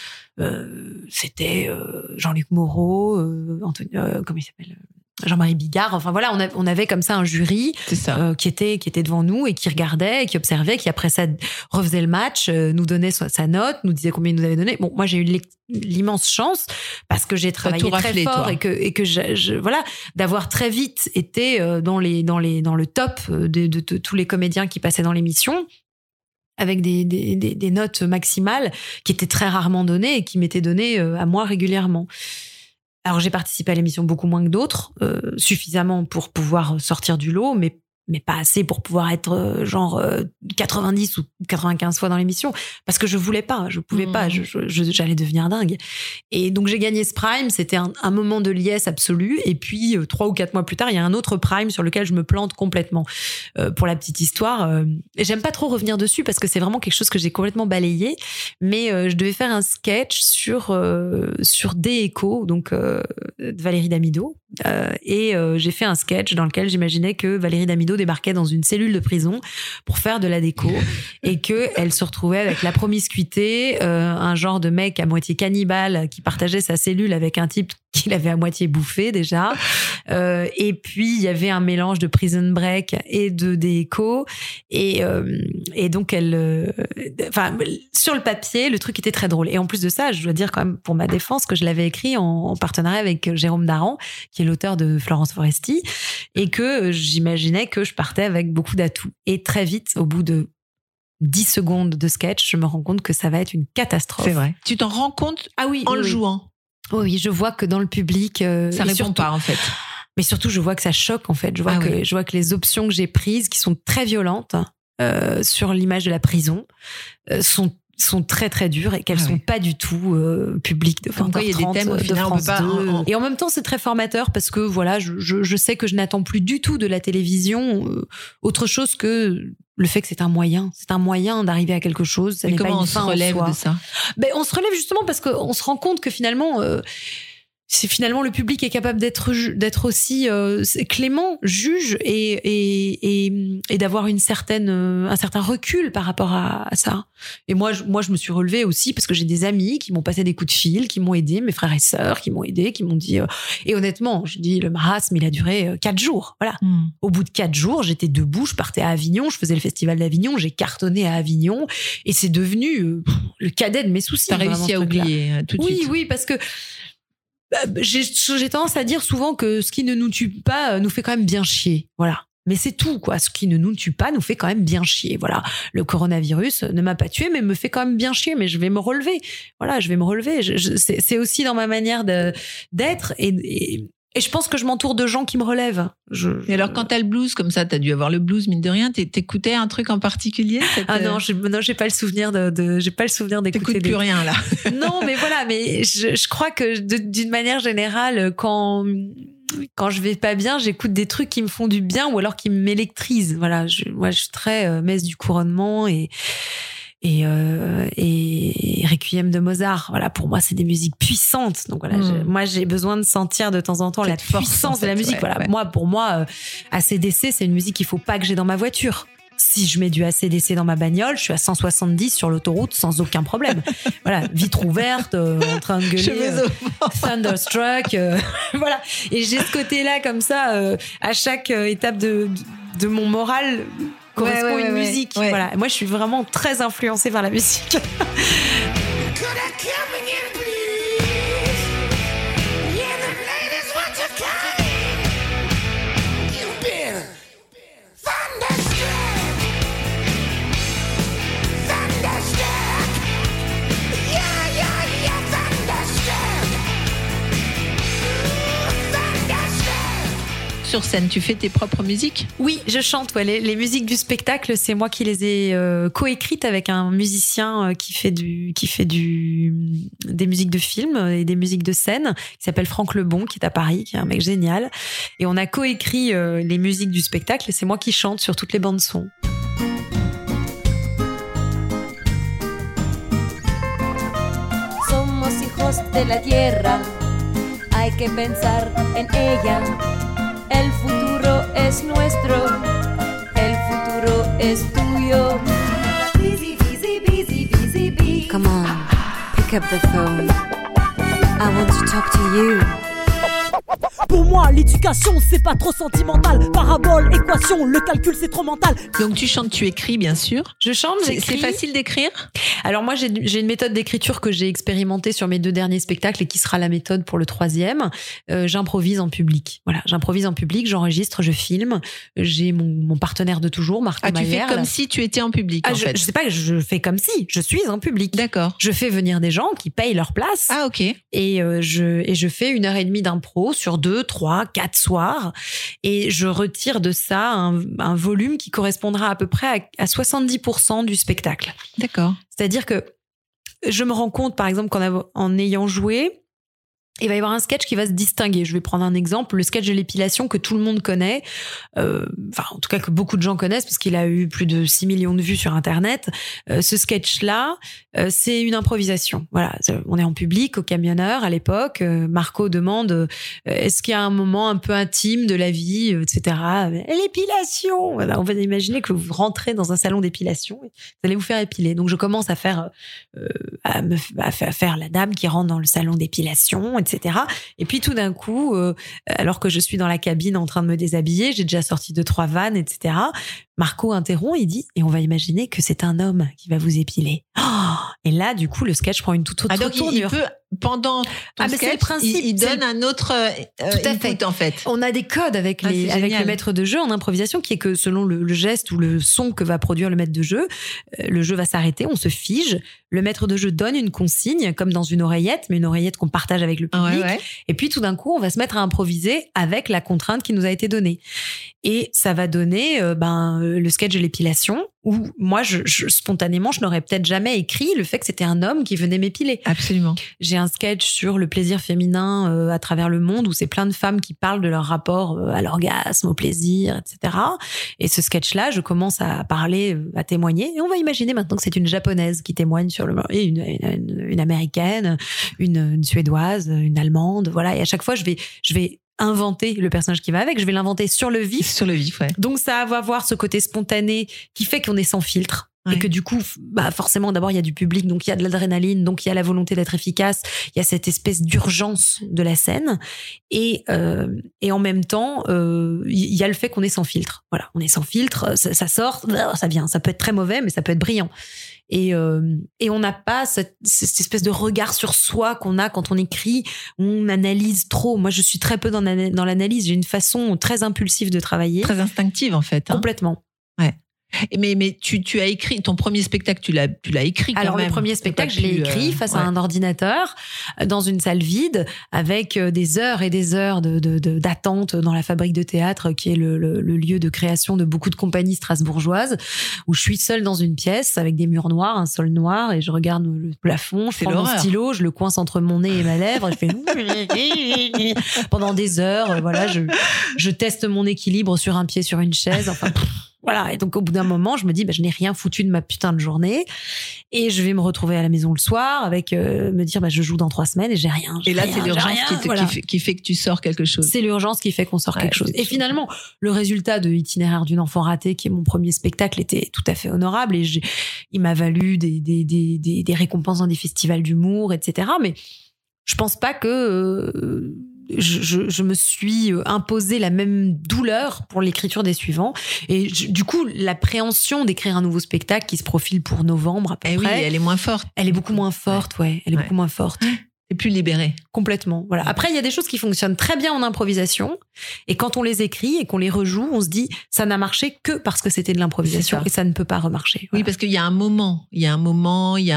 c'était Jean-Luc Moreau, comment il s'appelle, Jean-Marie Bigard. Enfin voilà, on avait comme ça un jury qui était devant nous et qui regardait, et qui observait, qui après ça refaisait le match, nous donnait sa note, nous disait combien il nous avait donné. Bon, moi j'ai eu l'immense chance, parce que j'ai travaillé très fort, et que je voilà, d'avoir très vite été dans le top de tous les comédiens qui passaient dans l'émission, avec des notes maximales qui étaient très rarement données et qui m'étaient données à moi régulièrement. Alors, j'ai participé à l'émission beaucoup moins que d'autres, suffisamment pour pouvoir sortir du lot, mais pas assez pour pouvoir être 90 ou 95 fois dans l'émission, parce que je voulais pas, je pouvais pas, j'allais devenir dingue. Et donc j'ai gagné ce prime, c'était un moment de liesse absolue, et puis 3 ou 4 mois plus tard, il y a un autre prime sur lequel je me plante complètement. Pour la petite histoire, et j'aime pas trop revenir dessus parce que c'est vraiment quelque chose que j'ai complètement balayé, mais je devais faire un sketch sur Des Échos, donc de Valérie Damido, et j'ai fait un sketch dans lequel j'imaginais que Valérie Damido débarquait dans une cellule de prison pour faire de la déco, et que elle se retrouvait avec la promiscuité, un genre de mec à moitié cannibale qui partageait sa cellule avec un type qu'il avait à moitié bouffé déjà, et puis il y avait un mélange de Prison Break et de déco, et donc sur le papier le truc était très drôle, et en plus de ça, je dois dire quand même pour ma défense que je l'avais écrit en partenariat avec Jérôme Daran, qui est l'auteur de Florence Foresti, et que j'imaginais que je partais avec beaucoup d'atouts. Et très vite, au bout de 10 secondes de sketch, je me rends compte que ça va être une catastrophe. C'est vrai. Tu t'en rends compte en le jouant? Oui, je vois que dans le public... ça répond pas, en fait. Mais surtout, je vois que ça choque, en fait. Je vois que les options que j'ai prises, qui sont très violentes, sur l'image de la prison, sont très très dures, et qu'elles sont pas du tout publiques de 20h30. Il y a des thèmes au final, on peut pas. Et en même temps, c'est très formateur, parce que voilà, je sais que je n'attends plus du tout de la télévision autre chose que le fait que c'est un moyen d'arriver à quelque chose. Ça n'est pas une fin en soi. Comment on se relève de ça? On se relève justement parce qu'on se rend compte que finalement c'est finalement le public est capable d'être aussi clément, juge et d'avoir un certain recul par rapport à ça. Et moi je me suis relevée aussi parce que j'ai des amis qui m'ont passé des coups de fil, qui m'ont aidé, mes frères et sœurs qui m'ont aidé, qui m'ont dit et honnêtement, je dis le marasme, il a duré 4 jours. Voilà. Au bout de 4 jours, j'étais debout, je partais à Avignon, je faisais le festival d'Avignon, j'ai cartonné à Avignon et c'est devenu le cadet de mes soucis. T'as réussi à oublier tout de suite. Oui, parce que j'ai tendance à dire souvent que ce qui ne nous tue pas nous fait quand même bien chier. Voilà. Mais c'est tout, quoi. Ce qui ne nous tue pas nous fait quand même bien chier. Voilà. Le coronavirus ne m'a pas tué, mais me fait quand même bien chier. Mais je vais me relever. Voilà, je vais me relever. C'est aussi dans ma manière d'être et je pense que je m'entoure de gens qui me relèvent. Et alors, quand t'as le blues comme ça, t'as dû avoir le blues, mine de rien. T'écoutais un truc en particulier? Non, j'ai pas le souvenir j'ai pas le souvenir d'écouter. T'écoutes plus rien, là. Non, mais voilà, mais je crois que d'une manière générale, quand je vais pas bien, j'écoute des trucs qui me font du bien ou alors qui m'électrisent. Voilà, moi, je suis très messe du couronnement et Requiem de Mozart. Voilà, pour moi, c'est des musiques puissantes. Donc voilà, moi, j'ai besoin de sentir de temps en temps la puissance de la musique. Voilà, pour moi, AC/DC, c'est une musique qu'il faut pas que j'ai dans ma voiture. Si je mets du AC/DC dans ma bagnole, je suis à 170 sur l'autoroute sans aucun problème. Voilà, vitre ouverte, en train de gueuler, Thunderstruck, voilà. Et j'ai ce côté-là comme ça, à chaque étape de mon moral correspond une musique. Ouais. Voilà. Moi, je suis vraiment très influencée par la musique. Sur scène, tu fais tes propres musiques? Oui, je chante. Ouais. Les musiques du spectacle, c'est moi qui les ai coécrites avec un musicien qui fait des musiques de films et des musiques de scène, qui s'appelle Franck Lebon, qui est à Paris, qui est un mec génial. Et on a coécrit les musiques du spectacle et c'est moi qui chante sur toutes les bandes son. Somos hijos de la tierra, hay que pensar en ella. El futuro es nuestro, el futuro es tuyo. Busy, busy, busy, busy, busy. Come on, pick up the phone. I want to talk to you. Pour moi, l'éducation, c'est pas trop sentimental. Parabole, équation, le calcul, c'est trop mental. Donc tu chantes, tu écris, bien sûr. Je chante, j'écris. C'est facile d'écrire? Alors moi, j'ai une méthode d'écriture que j'ai expérimentée sur mes 2 derniers spectacles et qui sera la méthode pour le 3e. J'improvise en public. Voilà, j'improvise en public, j'enregistre, je filme. J'ai mon partenaire de toujours, Marco Mayer. Tu fais comme si tu étais en public, en fait. Je sais pas, je fais comme si, je suis en public. D'accord. Je fais venir des gens qui payent leur place. Ah, ok. Et je fais 1h30 d'impro sur 2, 3, 4 soirs et je retire de ça un volume qui correspondra à peu près à 70% du spectacle. D'accord. C'est-à-dire que je me rends compte, par exemple, qu'en ayant joué, il va y avoir un sketch qui va se distinguer. Je vais prendre un exemple, le sketch de l'épilation que tout le monde connaît, en tout cas que beaucoup de gens connaissent parce qu'il a eu plus de 6 millions de vues sur Internet. Ce sketch-là, c'est une improvisation. Voilà, on est en public, au camionneur à l'époque. Marco demande est-ce qu'il y a un moment un peu intime de la vie, etc. L'épilation. Voilà, on va imaginer que vous rentrez dans un salon d'épilation et vous allez vous faire épiler. Donc je commence à faire la dame qui rentre dans le salon d'épilation, etc. Et puis tout d'un coup, alors que je suis dans la cabine en train de me déshabiller, j'ai déjà sorti 2-3 vannes, etc. Marco interrompt, il dit, et on va imaginer que c'est un homme qui va vous épiler. Oh, et là, du coup, le sketch prend une toute autre tournure. Il peut, pendant ton sketch, c'est le principe, il donne un autre input, en fait. On a des codes avec le maître de jeu en improvisation qui est que selon le geste ou le son que va produire le maître de jeu, le jeu va s'arrêter, on se fige. Le maître de jeu donne une consigne, comme dans une oreillette, mais une oreillette qu'on partage avec le public. Ouais. Et puis, tout d'un coup, on va se mettre à improviser avec la contrainte qui nous a été donnée. Et ça va donner le sketch de l'épilation où moi, spontanément, je n'aurais peut-être jamais écrit le fait que c'était un homme qui venait m'épiler. Absolument. J'ai un sketch sur le plaisir féminin à travers le monde où c'est plein de femmes qui parlent de leur rapport à l'orgasme, au plaisir, etc. Et ce sketch-là, je commence à parler, à témoigner. Et on va imaginer maintenant que c'est une japonaise qui témoigne sur le... Et une américaine, une suédoise, une allemande, voilà. Et à chaque fois, je vais inventer le personnage qui va avec, je vais l'inventer sur le vif. Sur le vif, ouais. Donc ça va avoir ce côté spontané qui fait qu'on est sans filtre. Et que du coup, forcément, d'abord, il y a du public, donc il y a de l'adrénaline, donc il y a la volonté d'être efficace, il y a cette espèce d'urgence de la scène. Et en même temps, il y a le fait qu'on est sans filtre. Voilà, on est sans filtre, ça sort, ça vient. Ça peut être très mauvais, mais ça peut être brillant. Et on n'a pas cette espèce de regard sur soi qu'on a quand on écrit, on analyse trop. Moi, je suis très peu dans l'analyse. J'ai une façon très impulsive de travailler. Très instinctive, en fait. Complètement. Ouais. Mais tu as écrit ton premier spectacle, tu l'as écrit quand même. Alors le premier spectacle, je l'ai écrit face à un ordinateur dans une salle vide avec des heures et des heures d'attente dans la Fabrique de théâtre qui est le lieu de création de beaucoup de compagnies strasbourgeoises où je suis seule dans une pièce avec des murs noirs, un sol noir et je regarde le plafond, je prends mon stylo, je le coince entre mon nez et ma lèvre, je fais pendant des heures, voilà, je teste mon équilibre sur un pied sur une chaise, enfin voilà, et donc au bout d'un moment, je me dis, je n'ai rien foutu de ma putain de journée et je vais me retrouver à la maison le soir avec me dire, je joue dans 3 semaines et j'ai rien. Et là, c'est l'urgence qui fait que tu sors quelque chose. C'est l'urgence qui fait qu'on sort quelque chose. Et finalement, le résultat de Itinéraire d'une enfant ratée, qui est mon premier spectacle, était tout à fait honorable et il m'a valu des récompenses dans des festivals d'humour, etc. Mais je pense pas que je me suis imposé la même douleur pour l'écriture des suivants. Et du coup, l'appréhension d'écrire un nouveau spectacle qui se profile pour novembre à peu près. Oui, elle est moins forte. Elle est beaucoup moins forte, Elle est beaucoup moins forte. C'est plus libéré. Complètement. Voilà. Après, il y a des choses qui fonctionnent très bien en improvisation. Et quand on les écrit et qu'on les rejoue, on se dit, ça n'a marché que parce que c'était de l'improvisation et ça ne peut pas remarcher. Voilà. Oui, parce qu'il y a un moment. Il y a un moment, il y a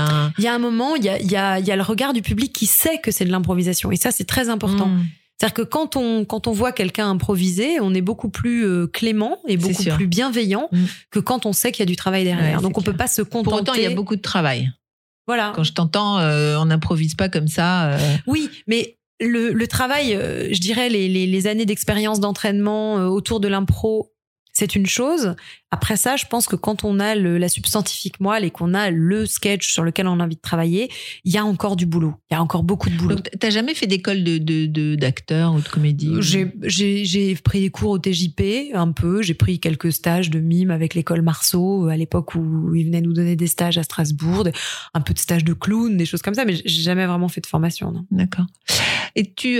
le regard du public qui sait que c'est de l'improvisation. Et ça, c'est très important. C'est-à-dire que quand on voit quelqu'un improviser, on est beaucoup plus clément et beaucoup plus bienveillant que quand on sait qu'il y a du travail derrière. Donc on peut pas se contenter. Pour autant, il y a beaucoup de travail. Voilà. Quand je t'entends, on n'improvise pas comme ça. Oui, mais le travail, je dirais les années d'expérience d'entraînement autour de l'impro, c'est une chose. Après ça, je pense que quand on a la substantifique moelle et qu'on a le sketch sur lequel on a envie de travailler, il y a encore du boulot. Il y a encore beaucoup de boulot. Donc, t'as jamais fait d'école d'acteur ou de comédie? J'ai pris des cours au TJP, un peu. J'ai pris quelques stages de mime avec l'école Marceau, à l'époque où ils venaient nous donner des stages à Strasbourg, un peu de stages de clown, des choses comme ça, mais j'ai jamais vraiment fait de formation, non. D'accord. Et tu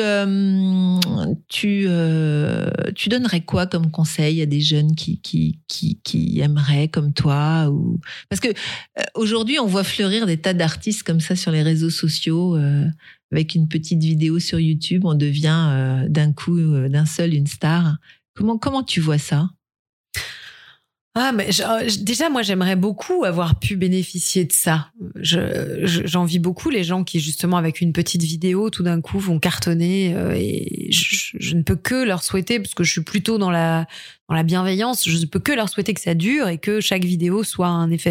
donnerais quoi comme conseil à des jeunes qui aimeraient comme toi ou... Parce que aujourd'hui on voit fleurir des tas d'artistes comme ça sur les réseaux sociaux avec une petite vidéo sur YouTube, on devient d'un coup d'un seul une star. Comment tu vois ça? Mais déjà, moi, j'aimerais beaucoup avoir pu bénéficier de ça. J'envie beaucoup les gens qui, justement, avec une petite vidéo, tout d'un coup, vont cartonner. Et je ne peux que leur souhaiter, parce que je suis plutôt dans la bienveillance, je ne peux que leur souhaiter que ça dure et que chaque vidéo soit un effet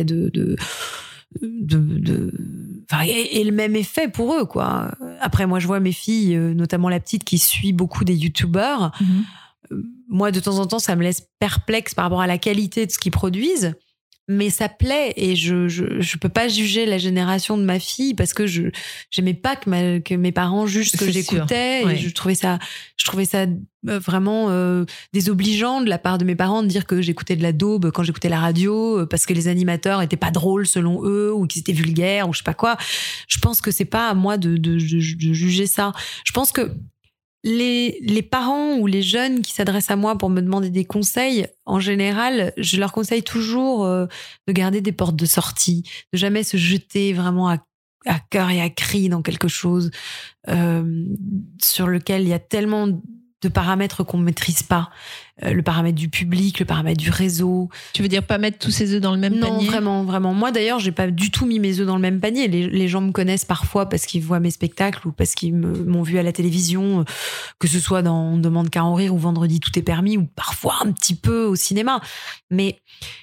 et le même effet pour eux, quoi. Après, moi, je vois mes filles, notamment la petite qui suit beaucoup des youtubeurs. Moi, de temps en temps, ça me laisse perplexe par rapport à la qualité de ce qu'ils produisent, mais ça plaît et je peux pas juger la génération de ma fille parce que j'aimais pas que mes parents jugent ce que j'écoutais et je trouvais ça vraiment désobligeant de la part de mes parents de dire que j'écoutais de la daube quand j'écoutais la radio parce que les animateurs étaient pas drôles selon eux ou qu'ils étaient vulgaires ou je sais pas quoi. Je pense que c'est pas à moi de juger ça. Je pense que les parents ou les jeunes qui s'adressent à moi pour me demander des conseils, en général, je leur conseille toujours de garder des portes de sortie, de jamais se jeter vraiment à cœur et à cri dans quelque chose sur lequel il y a tellement de paramètres qu'on ne maîtrise pas. Le paramètre du public, le paramètre du réseau. Tu veux dire pas mettre tous ses œufs dans le même panier? Non, vraiment. Moi, d'ailleurs, j'ai pas du tout mis mes œufs dans le même panier. Les gens me connaissent parfois parce qu'ils voient mes spectacles ou parce qu'ils m'ont vu à la télévision, que ce soit dans On demande qu'à en rire ou Vendredi tout est permis ou parfois un petit peu au cinéma. Mais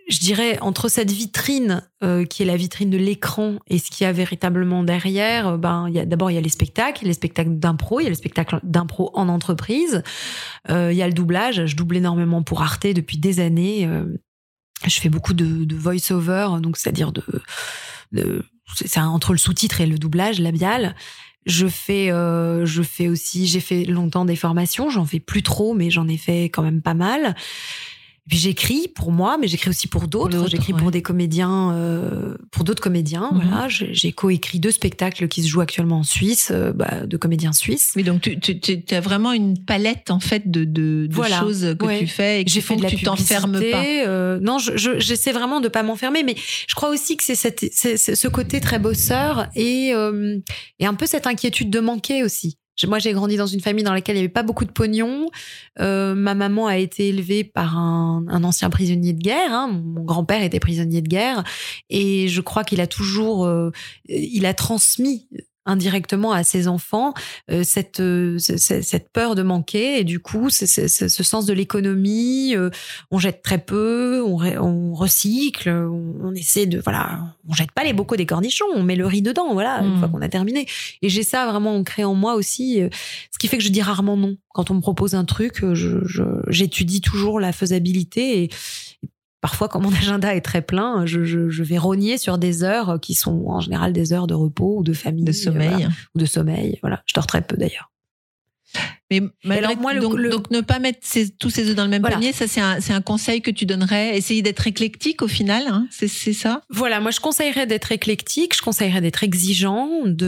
je dirais, entre cette vitrine qui est la vitrine de l'écran et ce qu'il y a véritablement derrière, il y a les spectacles d'impro, il y a les spectacles d'impro en entreprise, il y a le doublage. Je double énormément pour Arte depuis des années. Je fais beaucoup de voice-over, donc c'est-à-dire c'est entre le sous-titre et le doublage labial. Je fais aussi, j'ai fait longtemps des formations, j'en fais plus trop, mais j'en ai fait quand même pas mal. Puis j'écris pour moi, mais j'écris aussi pour d'autres. J'écris pour des comédiens, pour d'autres comédiens. Voilà, j'ai coécrit 2 spectacles qui se jouent actuellement en Suisse, de comédiens suisses. Oui, donc tu as vraiment une palette en fait de choses que tu fais et que j'ai fait de la tu t'enfermes pas. Non, j'essaie vraiment de pas m'enfermer, mais je crois aussi que c'est ce côté très bosseur et un peu cette inquiétude de manquer aussi. Moi, j'ai grandi dans une famille dans laquelle il n'y avait pas beaucoup de pognon. Ma maman a été élevée par un ancien prisonnier de guerre. Mon grand-père était prisonnier de guerre. Et je crois qu'il a toujours... il a transmis indirectement à ses enfants cette peur de manquer. Et du coup, ce sens de l'économie. On jette très peu, on recycle, on essaie de... Voilà, on jette pas les bocaux des cornichons, on met le riz dedans, voilà, une fois qu'on a terminé. Et j'ai ça vraiment ancré en moi aussi, ce qui fait que je dis rarement non. Quand on me propose un truc, j'étudie toujours la faisabilité et parfois, quand mon agenda est très plein, je vais rogner sur des heures qui sont en général des heures de repos ou de famille. De sommeil. Voilà, ou de sommeil. Voilà. Je dors très peu d'ailleurs. Mais malgré moi, donc ne pas mettre tous ses œufs dans le même panier, ça c'est un conseil que tu donnerais. Essayer d'être éclectique au final, c'est ça. Voilà, moi je conseillerais d'être éclectique, je conseillerais d'être exigeant,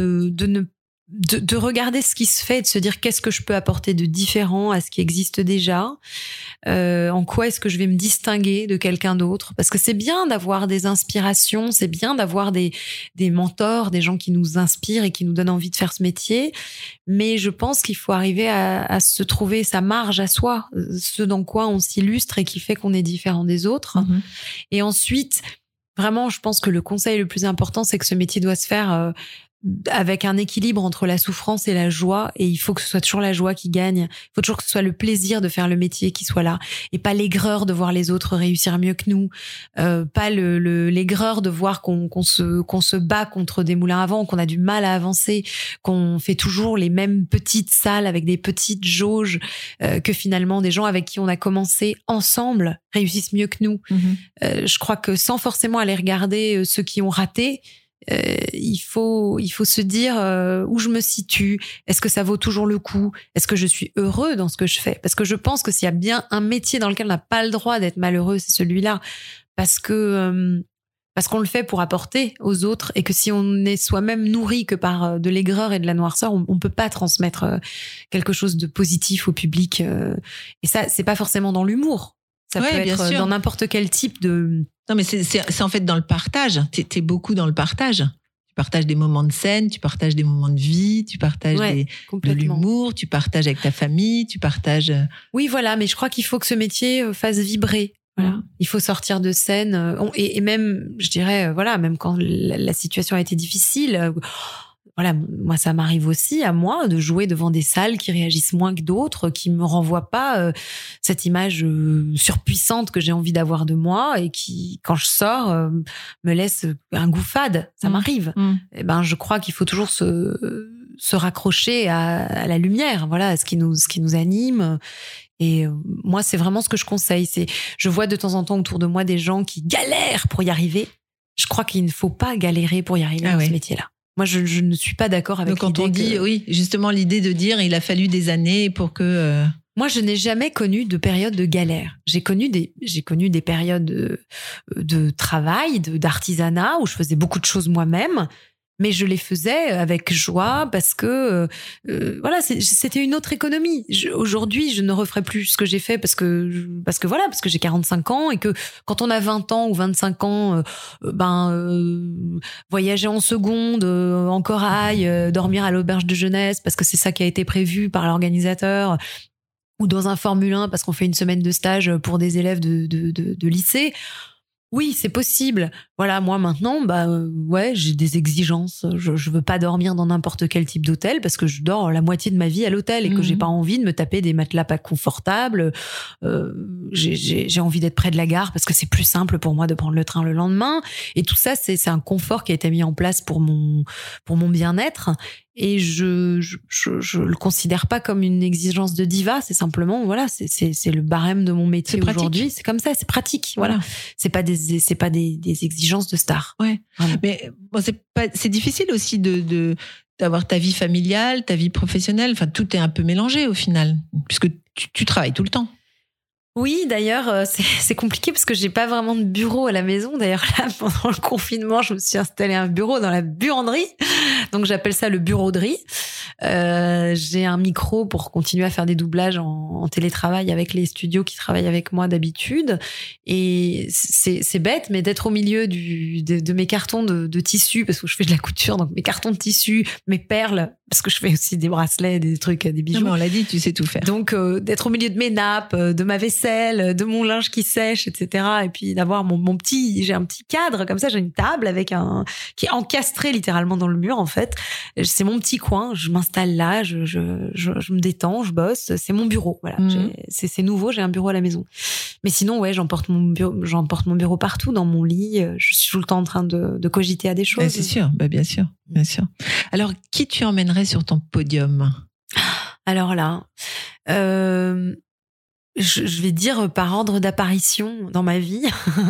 de regarder ce qui se fait et de se dire qu'est-ce que je peux apporter de différent à ce qui existe déjà, en quoi est-ce que je vais me distinguer de quelqu'un d'autre, parce que c'est bien d'avoir des inspirations, c'est bien d'avoir des mentors, des gens qui nous inspirent et qui nous donnent envie de faire ce métier, mais je pense qu'il faut arriver à se trouver sa marge à soi, ce dans quoi on s'illustre et qui fait qu'on est différent des autres. Et ensuite, vraiment, je pense que le conseil le plus important, c'est que ce métier doit se faire avec un équilibre entre la souffrance et la joie, et il faut que ce soit toujours la joie qui gagne. Il faut toujours que ce soit le plaisir de faire le métier qui soit là, et pas l'aigreur de voir les autres réussir mieux que nous, pas l'aigreur de voir qu'on se bat contre des moulins à vent, qu'on a du mal à avancer, qu'on fait toujours les mêmes petites salles avec des petites jauges, que finalement des gens avec qui on a commencé ensemble réussissent mieux que nous. Je crois que sans forcément aller regarder ceux qui ont raté, il faut se dire où je me situe, est-ce que ça vaut toujours le coup, est-ce que je suis heureux dans ce que je fais, parce que je pense que s'il y a bien un métier dans lequel on n'a pas le droit d'être malheureux, c'est celui-là, parce qu'on le fait pour apporter aux autres, et que si on est soi-même nourri que par de l'aigreur et de la noirceur, on peut pas transmettre quelque chose de positif au public, et ça c'est pas forcément dans l'humour, ça peut être dans n'importe quel type de... Non, mais c'est en fait dans le partage. T'es beaucoup dans le partage. Tu partages des moments de scène, tu partages des moments de vie, tu partages de l'humour, tu partages avec ta famille, tu partages... Oui, voilà, mais je crois qu'il faut que ce métier fasse vibrer. Voilà. Il faut sortir de scène. Et même, je dirais, même quand la situation a été difficile... Voilà, moi ça m'arrive aussi à moi de jouer devant des salles qui réagissent moins que d'autres, qui me renvoient pas cette image surpuissante que j'ai envie d'avoir de moi, et qui, quand je sors, me laisse un goût fade. Ça m'arrive. Et je crois qu'il faut toujours se raccrocher à la lumière, voilà, à ce qui nous anime. Et moi, c'est vraiment ce que je conseille. Je vois de temps en temps autour de moi des gens qui galèrent pour y arriver. Je crois qu'il ne faut pas galérer pour y arriver dans ce métier-là. Moi, je ne suis pas d'accord avec l'idée. Donc, quand on dit, oui, justement, l'idée de dire il a fallu des années pour que... Moi, je n'ai jamais connu de période de galère. J'ai connu des périodes de travail, d'artisanat, où je faisais beaucoup de choses moi-même, mais je les faisais avec joie parce que c'était une autre économie. Aujourd'hui, je ne referai plus ce que j'ai fait parce que j'ai 45 ans, et que quand on a 20 ans ou 25 ans, voyager en seconde, en corail, dormir à l'auberge de jeunesse parce que c'est ça qui a été prévu par l'organisateur, ou dans un Formule 1 parce qu'on fait une semaine de stage pour des élèves de lycée. Oui, c'est possible. Voilà, moi maintenant, ouais, j'ai des exigences. Je veux pas dormir dans n'importe quel type d'hôtel parce que je dors la moitié de ma vie à l'hôtel et que j'ai pas envie de me taper des matelas pas confortables. J'ai envie d'être près de la gare parce que c'est plus simple pour moi de prendre le train le lendemain. Et tout ça, c'est un confort qui a été mis en place pour mon bien-être. Et je le considère pas comme une exigence de diva, c'est simplement voilà, c'est le barème de mon métier aujourd'hui, c'est comme ça, c'est pratique, voilà. C'est pas des exigences de star. Ouais. Vraiment. Mais bon, c'est difficile aussi d'avoir ta vie familiale, ta vie professionnelle, enfin tout est un peu mélangé au final puisque tu travailles tout le temps. Oui, d'ailleurs, c'est compliqué parce que j'ai pas vraiment de bureau à la maison. D'ailleurs, là, pendant le confinement, je me suis installé un bureau dans la buanderie. Donc, j'appelle ça le bureauderie. J'ai un micro pour continuer à faire des doublages en télétravail avec les studios qui travaillent avec moi d'habitude. Et c'est bête, mais d'être au milieu de mes cartons de tissu, parce que je fais de la couture, donc mes cartons de tissu, mes perles, parce que je fais aussi des bracelets, des trucs, des bijoux. Non, mais on l'a dit, tu sais tout faire. Donc, d'être au milieu de mes nappes, de ma vaisselle, de mon linge qui sèche, etc. Et puis d'avoir j'ai un petit cadre, comme ça, j'ai une table qui est encastrée littéralement dans le mur, en fait. C'est mon petit coin, je m'installe là, je me détends, je bosse, c'est mon bureau, voilà. C'est nouveau, j'ai un bureau à la maison. Mais sinon, ouais, j'emporte mon bureau partout, dans mon lit, je suis tout le temps en train de cogiter à des choses. C'est sûr, bien sûr, bien sûr. Alors, qui tu emmènerais sur ton podium? Alors là, je vais dire par ordre d'apparition dans ma vie.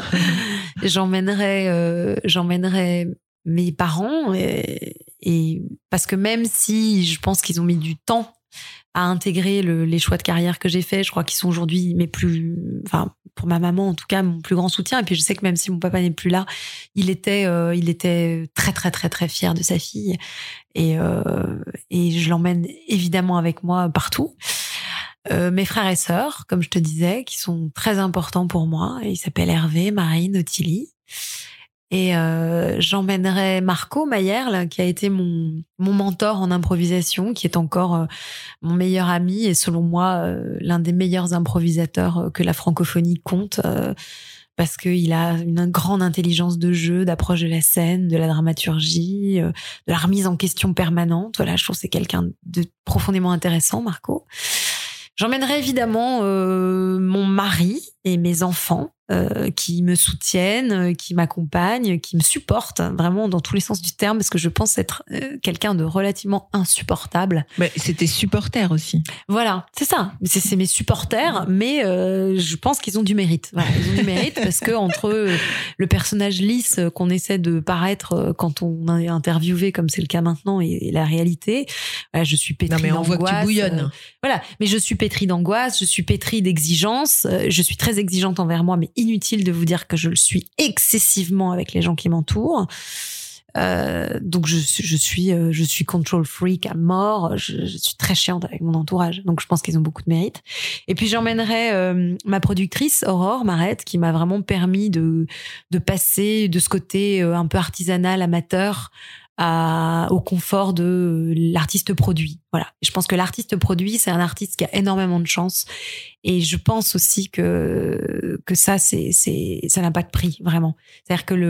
J'emmènerais mes parents et parce que même si je pense qu'ils ont mis du temps à intégrer les choix de carrière que j'ai fait, je crois qu'ils sont aujourd'hui pour ma maman en tout cas mon plus grand soutien. Et puis je sais que même si mon papa n'est plus là, il était très très très très fier de sa fille et je l'emmène évidemment avec moi partout. Mes frères et sœurs, comme je te disais, qui sont très importants pour moi. Ils s'appellent Hervé, Marine, Ottilie. Et j'emmènerai Marco Mayerl, qui a été mon mentor en improvisation, qui est encore mon meilleur ami et selon moi l'un des meilleurs improvisateurs que la francophonie compte, parce qu'il a une grande intelligence de jeu, d'approche de la scène, de la dramaturgie, de la remise en question permanente. Voilà, je trouve que c'est quelqu'un de profondément intéressant, Marco. J'emmènerai évidemment mon mari et mes enfants qui me soutiennent, qui m'accompagnent, qui me supportent vraiment dans tous les sens du terme parce que je pense être quelqu'un de relativement insupportable. Mais c'est tes supporters aussi. Voilà, c'est ça. C'est mes supporters, mais je pense qu'ils ont du mérite. Voilà, ils ont du mérite parce que entre le personnage lisse qu'on essaie de paraître quand on est interviewé, comme c'est le cas maintenant, et la réalité, voilà, je suis pétrie d'angoisse. Non, mais on voit que tu bouillonnes. Voilà, mais je suis pétrie d'angoisse, je suis pétrie d'exigence, je suis très exigeante envers moi, mais inutile de vous dire que je le suis excessivement avec les gens qui m'entourent. Donc je suis control freak à mort, je suis très chiante avec mon entourage, donc je pense qu'ils ont beaucoup de mérite. Et puis j'emmènerai ma productrice Aurore Marette, qui m'a vraiment permis de passer de ce côté un peu artisanal, amateur, au confort de l'artiste produit. Voilà. Je pense que l'artiste produit, c'est un artiste qui a énormément de chance. Et je pense aussi que ça, ça n'a pas de prix, vraiment. C'est-à-dire que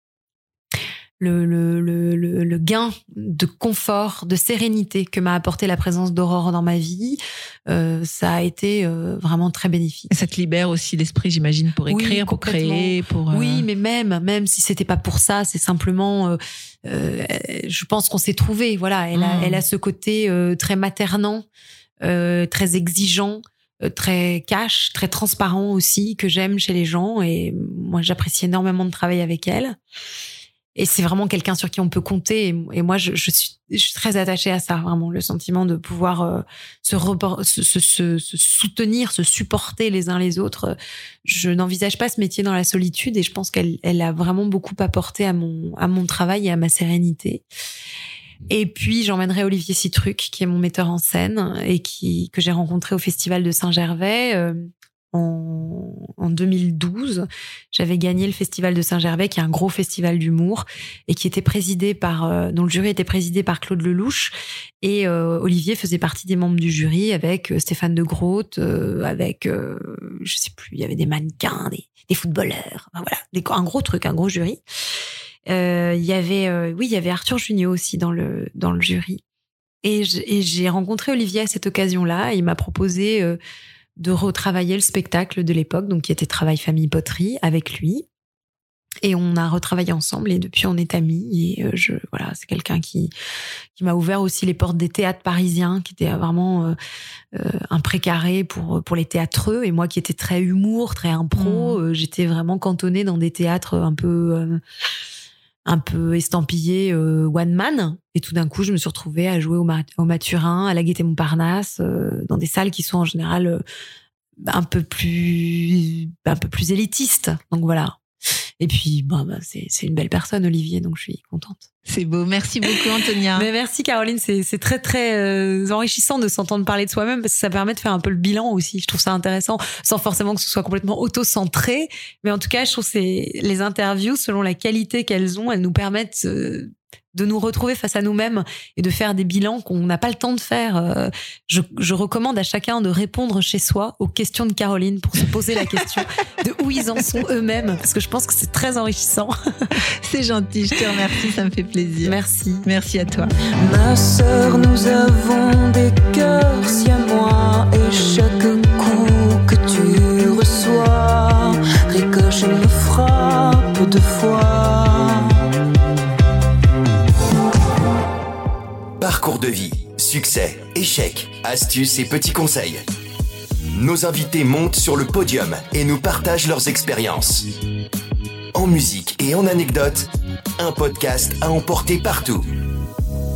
le gain de confort, de sérénité que m'a apporté la présence d'Aurore dans ma vie, ça a été vraiment très bénéfique. Ça te libère aussi l'esprit, j'imagine, pour écrire, pour créer, pour... Oui, mais même si c'était pas pour ça, c'est simplement... je pense qu'on s'est trouvé. Voilà, elle a ce côté très maternant, très exigeant, très cash, très transparent aussi, que j'aime chez les gens. Et moi, j'apprécie énormément de travailler avec elle. Et c'est vraiment quelqu'un sur qui on peut compter. Et moi, je suis très attachée à ça, vraiment, le sentiment de pouvoir se soutenir, se supporter les uns les autres. Je n'envisage pas ce métier dans la solitude et je pense qu'elle a vraiment beaucoup apporté à mon travail et à ma sérénité. Et puis, j'emmènerai Olivier Citruc, qui est mon metteur en scène et que j'ai rencontré au Festival de Saint-Gervais. en 2012. J'avais gagné le festival de Saint-Gervais, qui est un gros festival d'humour et qui était présidé dont le jury était présidé par Claude Lelouch, et Olivier faisait partie des membres du jury avec Stéphane de Groot, avec je sais plus, il y avait des mannequins, des footballeurs, enfin, voilà, un gros truc, un gros jury. Il y avait Arthur Junior aussi dans le jury. Et j'ai rencontré Olivier à cette occasion-là. Il m'a proposé de retravailler le spectacle de l'époque, donc qui était Travail, famille, poterie, avec lui. Et on a retravaillé ensemble, et depuis on est amis. Et voilà, c'est quelqu'un qui m'a ouvert aussi les portes des théâtres parisiens, qui étaient vraiment un précaré pour les théâtreux. Et moi qui étais très humour, très impro, j'étais vraiment cantonnée dans des théâtres un peu estampillés one man. Et tout d'un coup, je me suis retrouvée à jouer au Mathurin, à la Gaîté Montparnasse, dans des salles qui sont en général un peu plus élitistes. Donc voilà. Et puis, c'est une belle personne, Olivier, donc je suis contente. C'est beau. Merci beaucoup, Antonia. Mais merci, Caroline. C'est très, très enrichissant de s'entendre parler de soi-même, parce que ça permet de faire un peu le bilan aussi. Je trouve ça intéressant, sans forcément que ce soit complètement auto-centré. Mais en tout cas, je trouve que les interviews, selon la qualité qu'elles ont, elles nous permettent de nous retrouver face à nous-mêmes et de faire des bilans qu'on n'a pas le temps de faire. Je recommande à chacun de répondre chez soi aux questions de Caroline pour se poser la question de où ils en sont eux-mêmes, parce que je pense que c'est très enrichissant. C'est gentil, je te remercie, ça me fait plaisir. Merci. Merci à toi. Ma sœur, nous avons des cœurs siamois, et chaque coup que tu reçois ricoche et me frappe 2 fois. Parcours de vie, succès, échecs, astuces et petits conseils. Nos invités montent sur le podium et nous partagent leurs expériences. En musique et en anecdotes, un podcast à emporter partout.